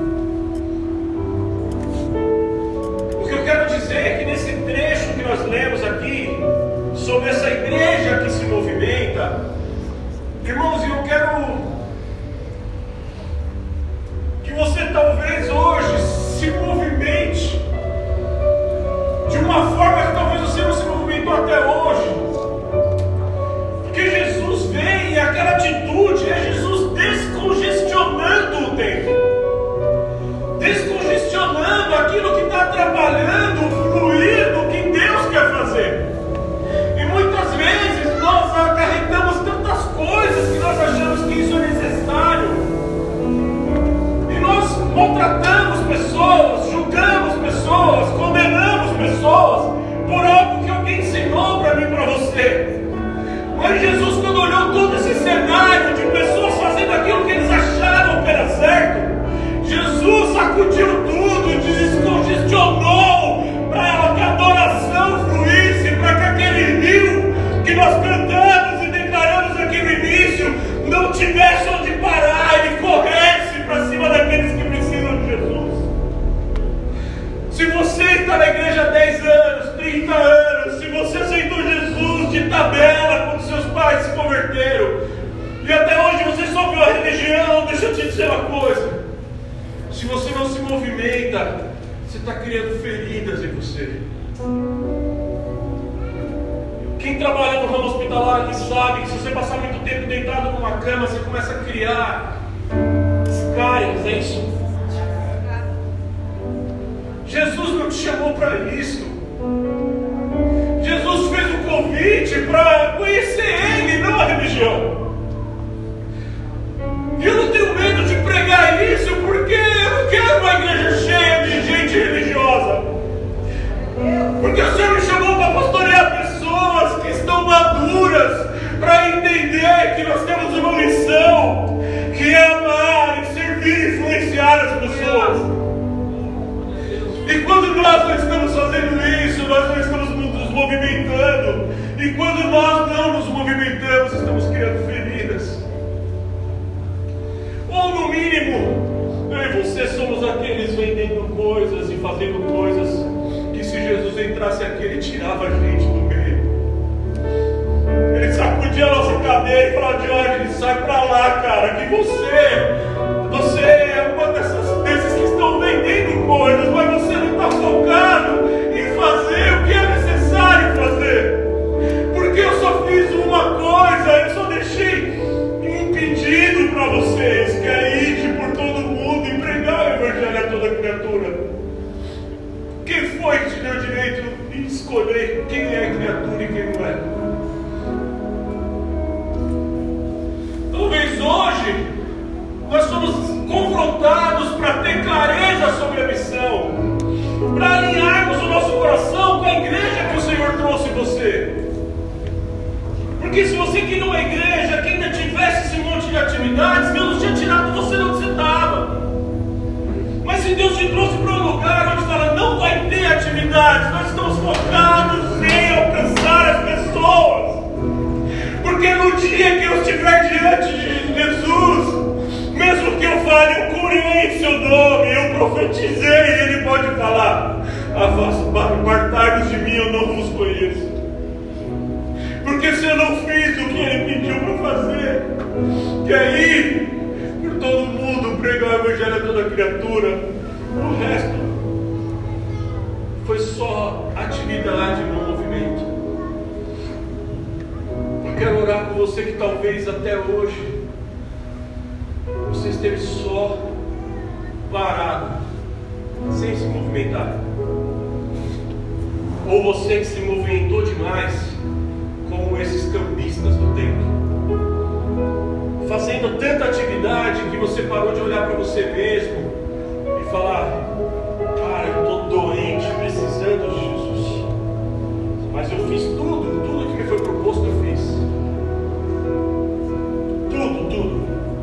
O que eu quero dizer é que nesse trecho que nós lemos aqui, sobre essa igreja que se movimenta, irmãos, eu quero que você talvez hoje se movimente de uma forma que talvez você atrapalhando o fluir do que Deus quer fazer. E muitas vezes nós acarretamos tantas coisas que nós achamos que isso é necessário. E nós maltratamos pessoas, julgamos pessoas, condenamos pessoas por algo que alguém ensinou para mim e para você. Mas Jesus, quando olhou todo esse cenário de pessoas fazendo aquilo que eles achavam que era certo, Jesus sacudiu tudo, descongestionou para que a adoração fluísse, para que aquele rio que nós cantamos e declaramos aqui no início não tivesse onde parar, ele corresse para cima daqueles que precisam de Jesus. Se você está na igreja há 10 anos, 30 anos, se você aceitou Jesus de tabela quando seus pais se converteram, e até hoje você só viu a religião, deixa eu te dizer uma coisa: se você não se movimenta, você está criando feridas em você. Quem trabalha no ramo hospitalar aqui sabe que se você passar muito tempo deitado numa cama, você começa a criar escárias, é isso? Jesus não te chamou para isso. Jesus fez um convite para conhecer Ele, não a religião. E eu não tenho medo de pregar isso, porque eu não quero uma igreja cheia de gente religiosa. Porque o Senhor me chamou para pastorear pessoas que estão maduras, para entender que nós temos uma missão, que é amar, e servir e influenciar as pessoas. E quando nós não estamos fazendo isso, nós não estamos nos movimentando. E quando nós não nos movimentamos, estamos criando feridas. Ou no mínimo, eu e você somos aqueles vendendo coisas e fazendo coisas que, se Jesus entrasse aqui, Ele tirava a gente do meio. Ele sacudia a nossa cadeira e falava: Jorge, sai pra lá, cara, que você é uma desses que estão vendendo coisas, mas você não está focado em fazer o que é necessário fazer. Porque eu só fiz uma coisa, eu só deixei um pedido para vocês, que é ir por todo mundo e pregar o Evangelho a toda criatura. Quem foi que te deu direito de escolher quem é criatura e quem não é? Talvez hoje nós somos confrontados para ter clareza sobre a missão, para alinharmos o nosso coração com a igreja que o Senhor trouxe você. Porque se você queria uma igreja que ainda tivesse esse monte de atividades, Deus tinha tirado você de onde você estava. Mas se Deus te trouxe para um lugar onde fala: não vai ter atividades, nós estamos focados em alcançar as pessoas. Porque no dia que eu estiver diante de Jesus, mesmo que eu fale, eu curei em seu nome, eu profetizei, Ele pode falar: apartai-vos de mim, eu não vos conheço. Porque se eu não fiz o que Ele pediu para fazer, que é ir por todo mundo, pregar o Evangelho a toda criatura, o resto foi só atividade, não movimento. Eu quero orar com você que talvez até hoje você esteve só parado, sem se movimentar. Ou você que se movimentou demais, como esses campistas do templo, fazendo tanta atividade que você parou de olhar para você mesmo e falar: cara, eu estou doente, precisando de Jesus, mas eu fiz tudo que me foi proposto, eu fiz tudo,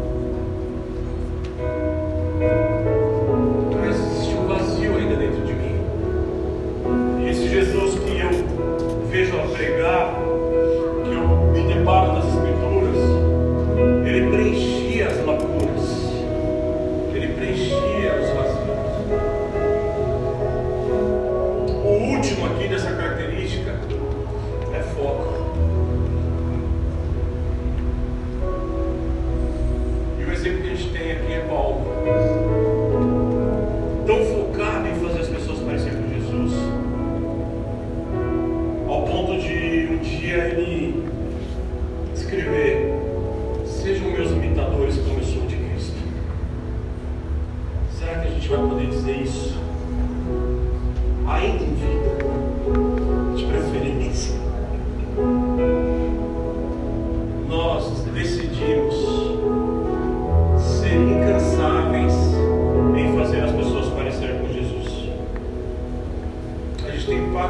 mas existe um vazio ainda dentro de mim. E esse Jesus que eu vejo a pregar, que eu me deparo nas Escrituras, Ele preenchia as lacunas, Ele preenchia os vazios. O último aqui dessa característica é foco. E o exemplo que a gente tem aqui é Paulo, tão focado em fazer as pessoas parecerem com Jesus, ao ponto de um dia ele escrever: sejam meus imitadores como eu sou de Cristo. Será que a gente vai poder dizer isso?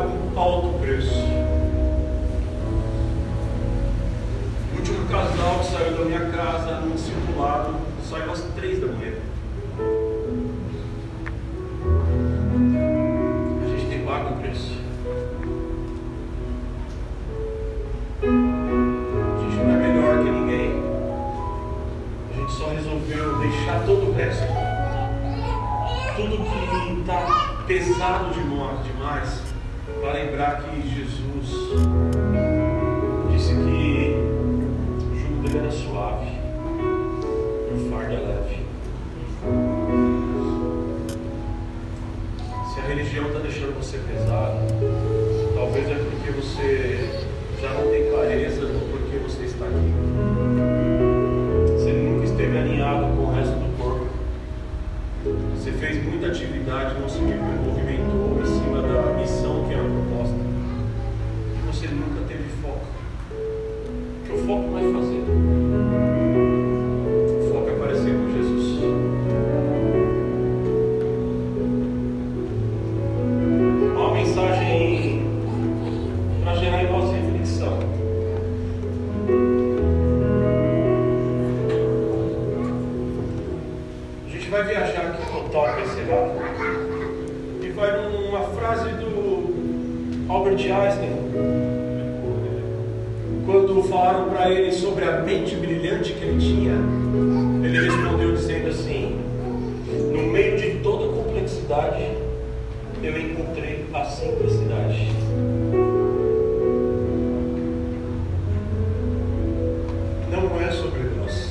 um alto preço. O último casal que saiu da minha casa num circulado saiu às 3 da manhã. A gente tem pago o preço. A gente não é melhor que ninguém. A gente só resolveu deixar todo o resto. Tudo que está pesado demais, para lembrar que Jesus disse que o jugo dele era suave e o fardo é leve. Se a religião está deixando você pesado, talvez é porque você já não tem clareza do porquê você está aqui. Você nunca esteve alinhado com o resto do corpo. Você fez muita atividade, não se movimentou em cima da missão que era proposta. E você nunca teve foco. Porque o foco não é fazer. O foco é aparecer com Jesus. Uma mensagem para gerar em nós reflexão. A gente vai viajar aqui total para esse lado. E vai numa frase do Albert Einstein. Quando falaram para ele sobre a mente brilhante que ele tinha, ele respondeu dizendo assim: no meio de toda a complexidade, eu encontrei a simplicidade. Não é sobre nós.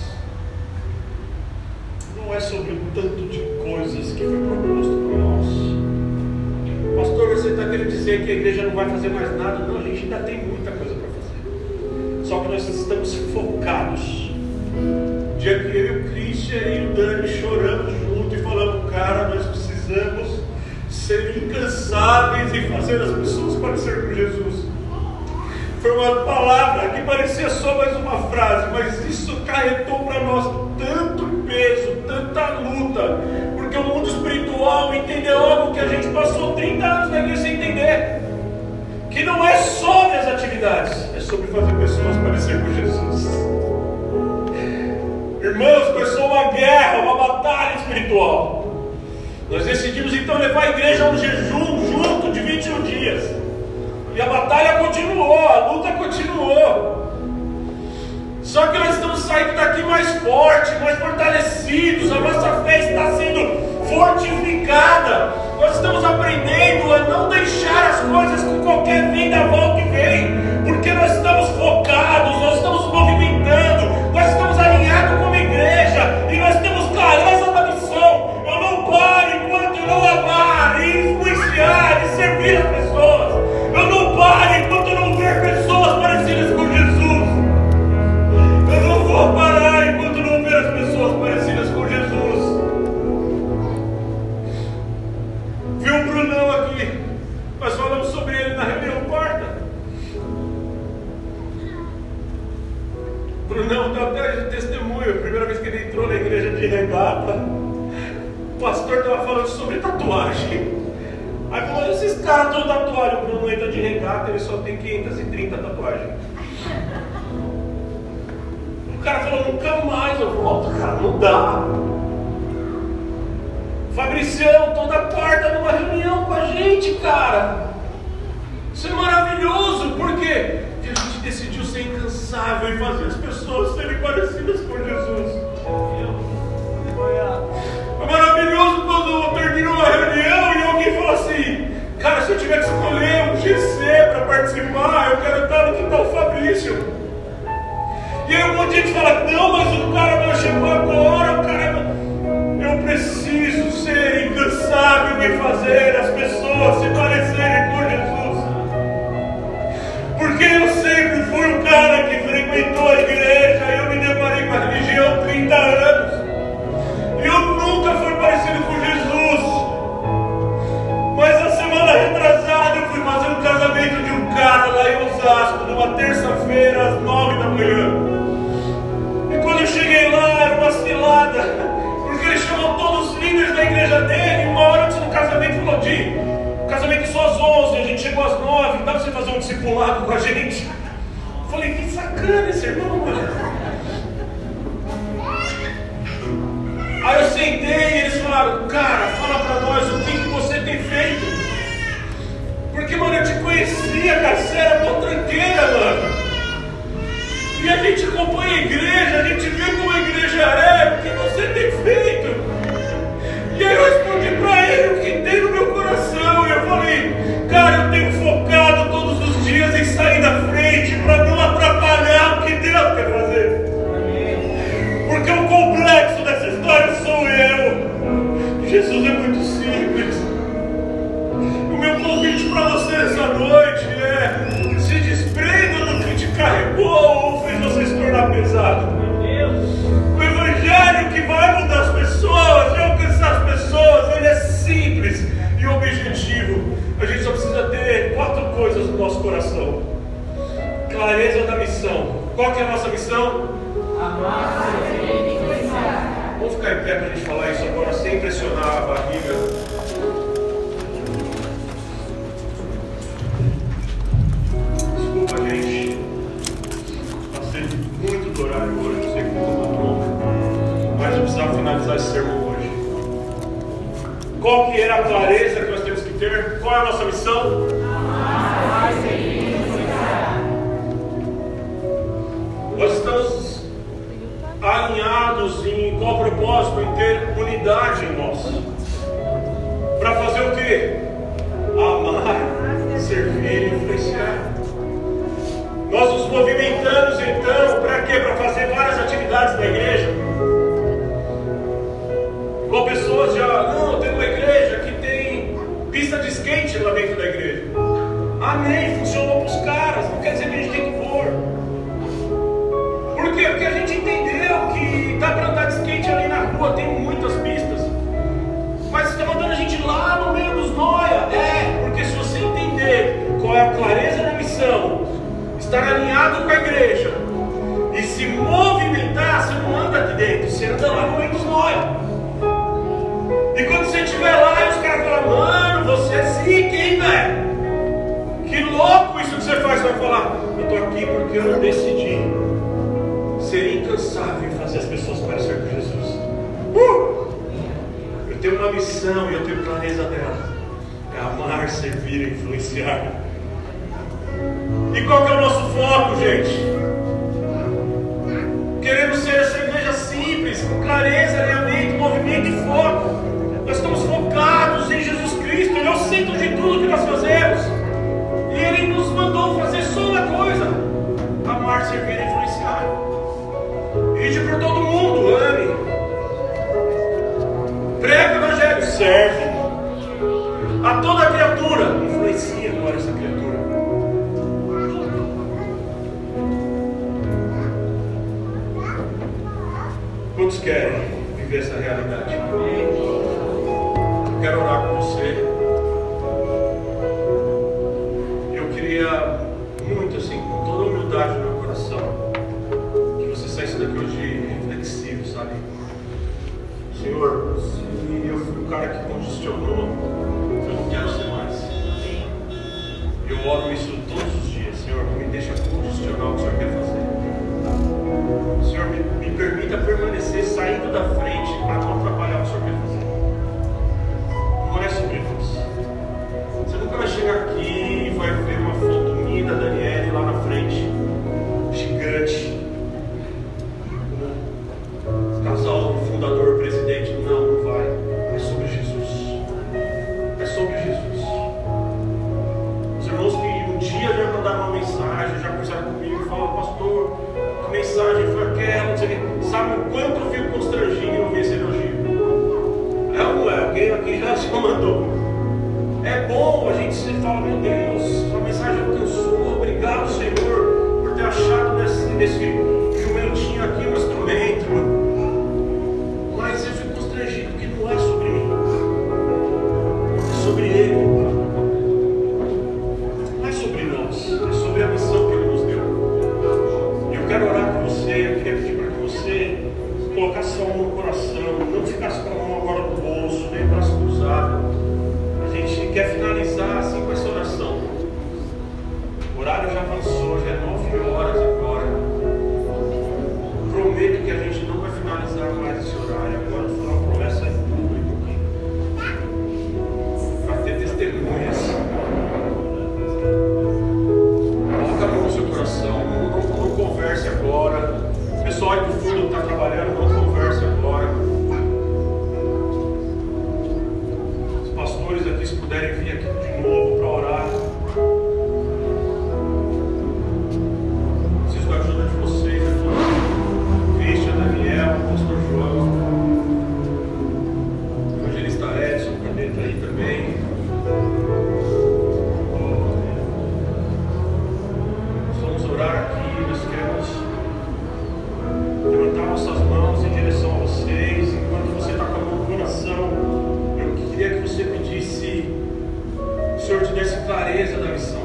Não é sobre o tanto de coisas que foi proposto para nós. Pastor, você está querendo dizer que a igreja não vai fazer mais nada? Não, a gente ainda tem muita coisa para fazer. Só que nós estamos focados. O dia que eu e o Christian e o Dani choramos junto e falamos: cara, nós precisamos ser incansáveis em fazer as pessoas parecer com Jesus. Foi uma palavra que parecia só mais uma frase, mas isso acarretou para nós tanto peso, tanta luta, porque o mundo espiritual entendeu algo que a gente passou 30 anos na igreja sem entender, que não é sobre as atividades, é sobre fazer pessoas parecer com Jesus. Irmãos, começou uma guerra, uma batalha espiritual. Nós decidimos então levar a igreja a um jejum junto de 21 dias. E a batalha continuou, a luta continuou. Só que nós estamos saindo daqui mais fortes, mais fortalecidos. A nossa fé está sendo fortificada. Nós estamos aprendendo a não deixar as coisas com qualquer vendaval que vem, porque nós estamos focados, nós estamos movimentando, nós estamos alinhados como igreja e nós temos clareza da missão. Eu não paro enquanto eu não amar e influenciar e servir as pessoas. Eu não paro enquanto eu não ver pessoas parecidas com Jesus. Eu não vou parar enquanto eu não ver as pessoas parecidas com Jesus. Viu o Brunão aqui? Nós falamos sobre ele na reunião quarta. O Brunão deu até testemunho. A primeira vez que ele entrou na igreja de regata, o pastor estava falando sobre tatuagem. Aí falou: esses caras estão tatuados. O Bruno entra de regata, ele só tem 530 tatuagens. O cara falou: nunca mais eu volto, cara, não dá. Fabricião, toda quarta numa reunião com a gente, cara. Isso é maravilhoso, porque a gente decidiu ser incansável e fazer as pessoas serem parecidas com Jesus. É maravilhoso quando terminou a reunião e alguém fala assim: cara, se eu tiver que escolher um GC para participar, eu quero estar no que está o Fabrício. E aí um monte de gente fala: não, mas o cara não chegou agora, o cara... Eu preciso ser incansável em fazer as pessoas se parecerem com Jesus. Porque eu sempre fui um cara que frequentou a igreja e eu me deparei com a religião há 30 anos. Eu nunca fui parecido com Jesus. Mas a semana retrasada eu fui fazer um casamento de um cara lá em Osasco, numa terça-feira às 9 da manhã. E quando eu cheguei lá era uma cilada, porque ele chamou todos os líderes da igreja dele. E uma hora antes do casamento falou: Di, o casamento é só às 11, a gente chegou às 9, dá pra você fazer um discipulado com a gente? Eu falei, que sacana esse irmão, mano. Aí eu sentei e eles falaram, cara, fala pra nós o que você tem feito. Porque, mano, eu te conhecia, cara, você era mó tranqueira, mano. E a gente acompanha a igreja, a gente vê como a igreja é, o que você tem feito. E aí eu respondi pra ele o que tem no meu coração. E eu falei, cara, eu tenho focado todos os dias em sair da frente para não atrapalhar o que Deus quer fazer. Porque o complexo dessa história sou eu. Jesus é muito simples. O meu convite para você nessa noite é: se desprenda do que te carregou ou fez você se tornar pesado. O evangelho que vai mudar as pessoas e alcançar as pessoas, ele é simples e objetivo. A gente só precisa ter 4 coisas no nosso coração: clareza da missão. Qual que é a nossa missão? Amar, servir e influenciar. Vamos ficar em pé para a gente falar isso agora sem pressionar a barriga. Desculpa, gente. Passei muito do horário hoje. Eu sei que não estou pronto, mas eu precisava finalizar esse sermão hoje. Qual que era a clareza que nós temos que ter? Qual é a nossa missão? Amar, servir e influenciar. Nós estamos alinhados em qual propósito? Em ter unidade em nós. Para fazer o quê? Amar, servir e influenciar. Nós nos movimentamos então para quê? Para fazer várias atividades na igreja. Igual pessoas já, não, tem uma igreja que tem pista de skate lá dentro da igreja. Amém, funcionou para os caras, não quer dizer que a gente tem que pôr. Por quê? Porque a gente entendeu que dá para andar de skate ali na rua, tem muitas pistas. Mas você está mandando a gente lá no meio dos noia. Porque se você entender qual é a clareza da missão, estar alinhado com a igreja e se movimentar, você não anda aqui dentro, você anda lá no meio dos noia. E quando você estiver lá, os caras falam, mano, você é zica, hein, velho? Que louco isso que você faz. Você vai falar, eu estou aqui porque eu decidi ser incansável em fazer as pessoas parecer com Jesus. Eu tenho uma missão e eu tenho clareza dela. É amar, servir e influenciar. E qual que é o nosso foco, gente? Queremos ser essa igreja simples, com clareza, alinhamento, movimento e foco. Nós estamos focados em Jesus Cristo. Ele é o centro de tudo que nós fazemos. E Ele nos mandou fazer só uma coisa: amar, servir e influenciar. Ide por todo mundo, ame. Prega o evangelho, serve. A toda criatura, influencia agora essa criatura. Quantos querem viver essa realidade? Eu quero orar com você. Eu queria muito, assim, com toda a humildade no meu coração, que você saísse daqui hoje reflexivo, sabe? Senhor, se eu fui o cara que congestionou, eu não quero ser mais. Eu oro isso todos os dias. Senhor, não me deixa congestionar o que o Senhor quer fazer. Senhor, me permita permanecer saindo da frente para não atrapalhar o que o Senhor quer fazer. Não é sobre você. Você nunca vai chegar aqui e vai ver uma foto minha da Daniele lá na frente, gigante. Casal, fundador, presidente. Não vai. É sobre Jesus. É sobre Jesus. Os irmãos que um dia já mandaram uma mensagem, já conversaram comigo e falaram, pastor, a mensagem foi aquela, não sei o que. Sabe o quanto eu fico constrangido em ouvir esse elogio? É ou não é? Alguém aqui já se mandou. É bom a gente se fala, meu Deus, a mensagem alcançou, obrigado, Senhor, por ter achado nesse jumentinho aqui um instrumento. Mas eu fico constrangido porque não é sobre mim, é sobre Ele. Não é sobre nós, é sobre a missão que Ele nos deu. E eu quero orar com você, eu queria pedir para que você colocasse a mão no coração, não ficasse com a mão agora no bolso, nem braço cruzado. A gente quer finalizar assim com essa oração. puderem vir aqui de novo para orar. Preciso da ajuda de vocês aqui. Christian, Daniel, Pastor João, Evangelista Edson, Caneta aí também. Nós vamos orar aqui, nós queremos levantar nossas mãos em direção a vocês. Enquanto você está com a mão no coração, eu queria que você pedisse, o Senhor te desse clareza da missão.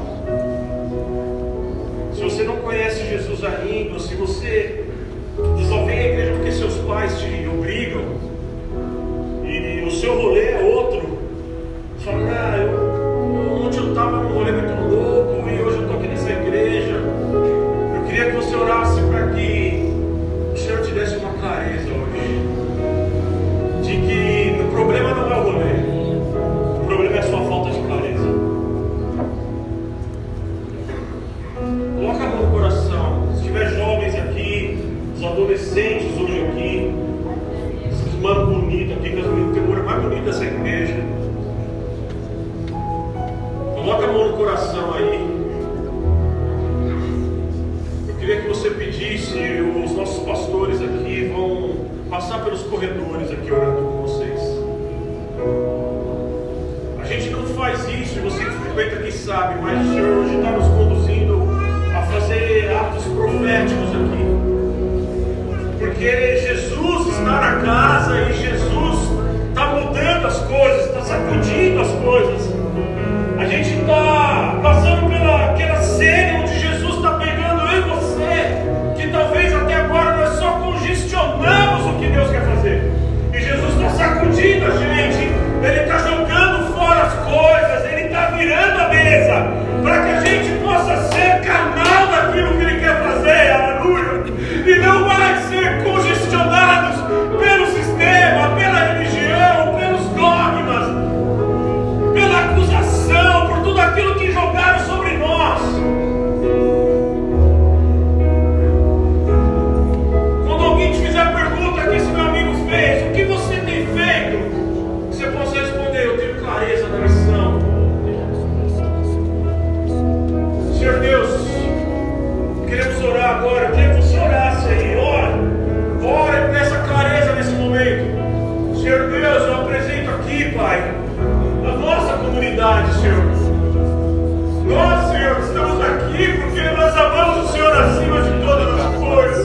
Se você não conhece Jesus ainda, ou se você só vem à igreja porque seus pais te obrigam, e o seu rolê é outro, você fala, ontem eu estava num rolê muito louco e hoje eu estou aqui nessa igreja. Eu queria que você orasse para que o Senhor te desse uma clareza hoje, de que o problema não é o rolê, o problema é a sua falta de clareza. Coloca a mão no coração. Se tiver jovens aqui, os adolescentes hoje aqui, esses manos bonitos aqui, que as meninas mais bonitas dessa igreja, coloca a mão no coração aí. Eu queria que você pedisse, os nossos pastores aqui vão passar pelos corredores aqui orando com vocês. A gente não faz isso, e você que frequenta aqui sabe, mas o Senhor hoje está nos conduzindo a fazer atos proféticos aqui. Porque Jesus está na casa e Jesus está mudando as coisas, está sacudindo as coisas. A gente está passando pelaquela cena onde Jesus está pegando eu e você, que talvez até agora nós só congestionamos o que Deus quer fazer. E Jesus está sacudindo a gente, Ele está jogando fora as coisas, Ele está virando a mesa, para que a gente possa ser canal daquilo que Ele quer fazer, aleluia, e não mais ser congestionados pelo sistema, pela religião, pelos dogmas, pela acusação, por tudo aquilo que jogaram sobre nós. Quando alguém te fizer a pergunta que esse meu amigo fez, o que você tem feito? Você possa responder, eu tenho clareza da missão. Senhor Deus, queremos orar agora. Eu queria que você orasse aí, ora e peça clareza nesse momento. Senhor Deus, eu apresento aqui, Pai, a nossa comunidade, Senhor. Nós, Senhor, estamos aqui porque nós amamos o Senhor acima de todas as coisas.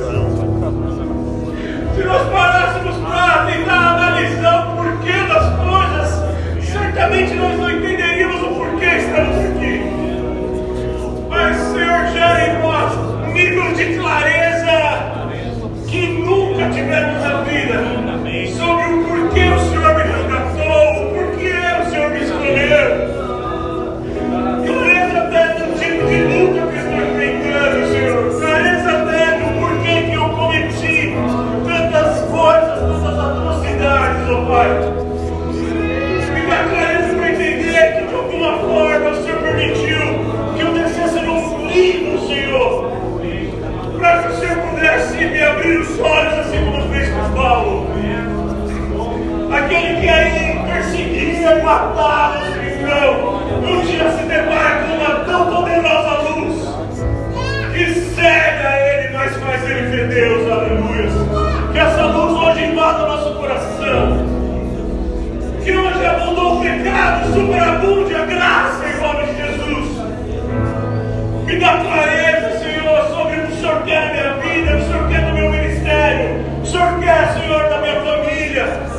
Se nós parássemos para tentar analisar o porquê das coisas, certamente nós não entenderíamos o porquê estamos aqui. Mas, Senhor, gera em nós um nível de clareza que nunca tivemos na vida sobre o porquê o Senhor me resgatou, o porquê o Senhor me escolheu. Clareza até do tipo de luta que estou enfrentando, Senhor. Clareza até do porquê que eu cometi tantas coisas, tantas atrocidades, ó Pai. Me dá clareza para entender que de alguma forma o Senhor permitiu que eu descesse num livro, Senhor, para que o Senhor pudesse me abrir os olhos, assim como fez com Paulo. Aquele que aí perseguia e matava os cristãos, um dia se depara com uma tão poderosa luz que cega ele, mas faz ele ver Deus, aleluia. Que essa luz hoje invada o nosso coração, que hoje abundou o pecado, superabunde a graça em nome de Jesus. Me dá clareza, Senhor, sobre o que o Senhor quer na minha vida, o Senhor quer no meu ministério, o Senhor quer, Senhor, na minha família.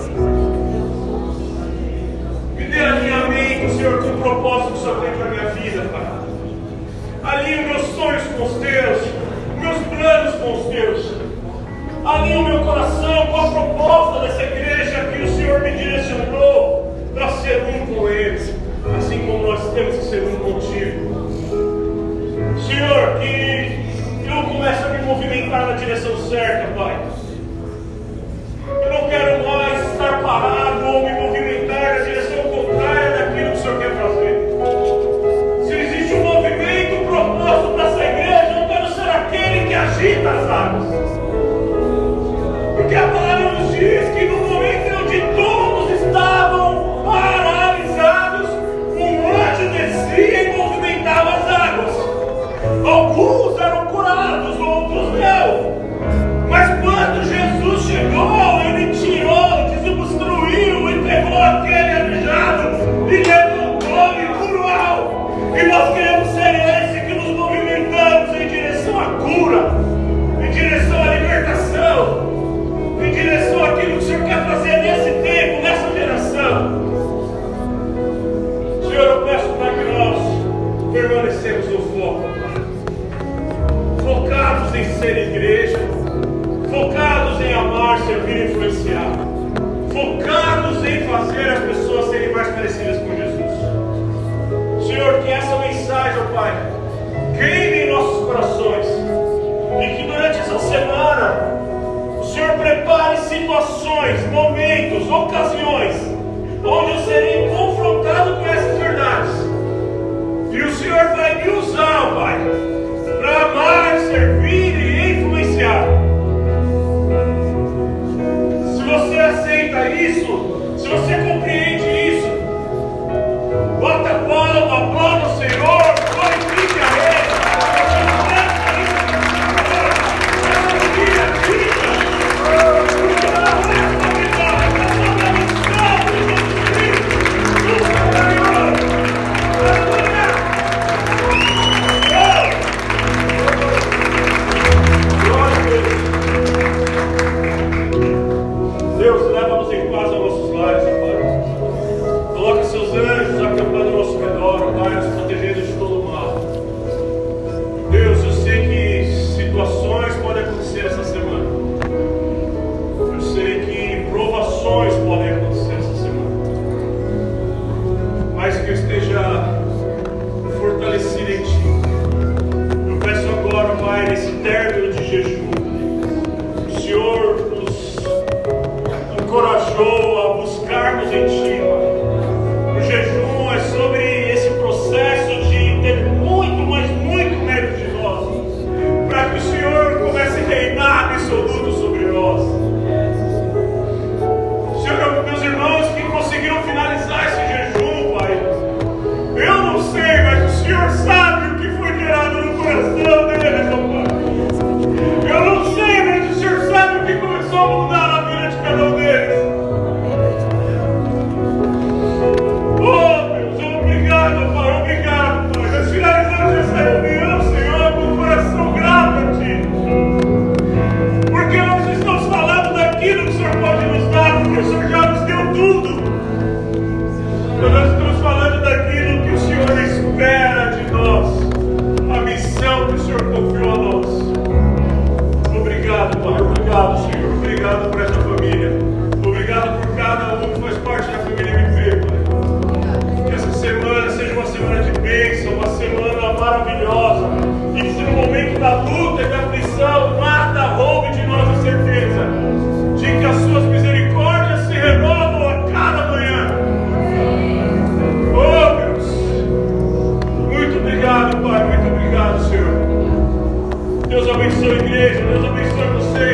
Me dê alinhamento, Senhor, com o propósito que o Senhor tem para a minha vida, Pai. Alinhe meus sonhos com os teus, meus planos com os teus. Alinhe o meu coração com a proposta dessa igreja que o Senhor me direcionou para ser um com eles, assim como nós temos que ser um contigo. Senhor, que eu comece a me movimentar na direção certa, Pai. Eu não quero mais estar parado ou me movimentar na direção contrária daquilo que o Senhor quer fazer. Se existe um movimento proposto para essa igreja, eu quero ser aquele que agita as águas. Porque a palavra nos diz que no momento onde todos estavam paralisados, situações, momentos, ocasiões, onde eu serei confrontado com essas verdades. E o Senhor vai me usar, Pai, para amar, servir e influenciar. Se você aceita isso, se você compreende isso, bota a palma, aplauda o Senhor, glorifique a Ele. Deus, leva-nos em paz aos nossos lares, Pai. Coloca seus anjos acampando ao nosso redor, Pai, nos protegendo de todo o mal. Deus, eu sei que situações podem acontecer essa semana. Eu sei que provações podem acontecer essa semana. Mas que eu esteja fortalecido em Ti. Eu peço agora, Pai, nesse término de jejum, o Senhor nos encorajou a buscarmos em Ti, Pai. O jejum é sobre esse processo de ter muito, mas muito medo de nós, para que o Senhor comece a reinar absoluto sobre nós. Senhor, meus irmãos que conseguiram finalizar esse jejum, Pai, eu não sei, mas o Senhor sabe o que foi gerado no coração deles, ó Pai. Eu não sei, mas o Senhor sabe o que começou a mudar na vida de cada um deles. Oh, Deus, obrigado, Pai, obrigado, Pai. Nós finalizamos essa reunião, Senhor, com o coração grato a Ti. Porque nós estamos falando daquilo que o Senhor pode nos dar, porque o Senhor já nos deu tudo. Mas nós estamos falando daquilo que o Senhor espera de nós, a missão que o Senhor confiou a nós. Obrigado, Pai, obrigado, Senhor, obrigado por essa família, obrigado por cada um que faz parte da família MV, Pai. Que essa semana seja uma semana de bênção, uma semana maravilhosa, e que no momento da luta e da aflição, nada roube de nós a certeza de que as Suas misericórdias se renovam a cada manhã. Oh, Deus, muito obrigado, Pai, muito obrigado, Senhor. Deus abençoe a igreja, Deus abençoe você.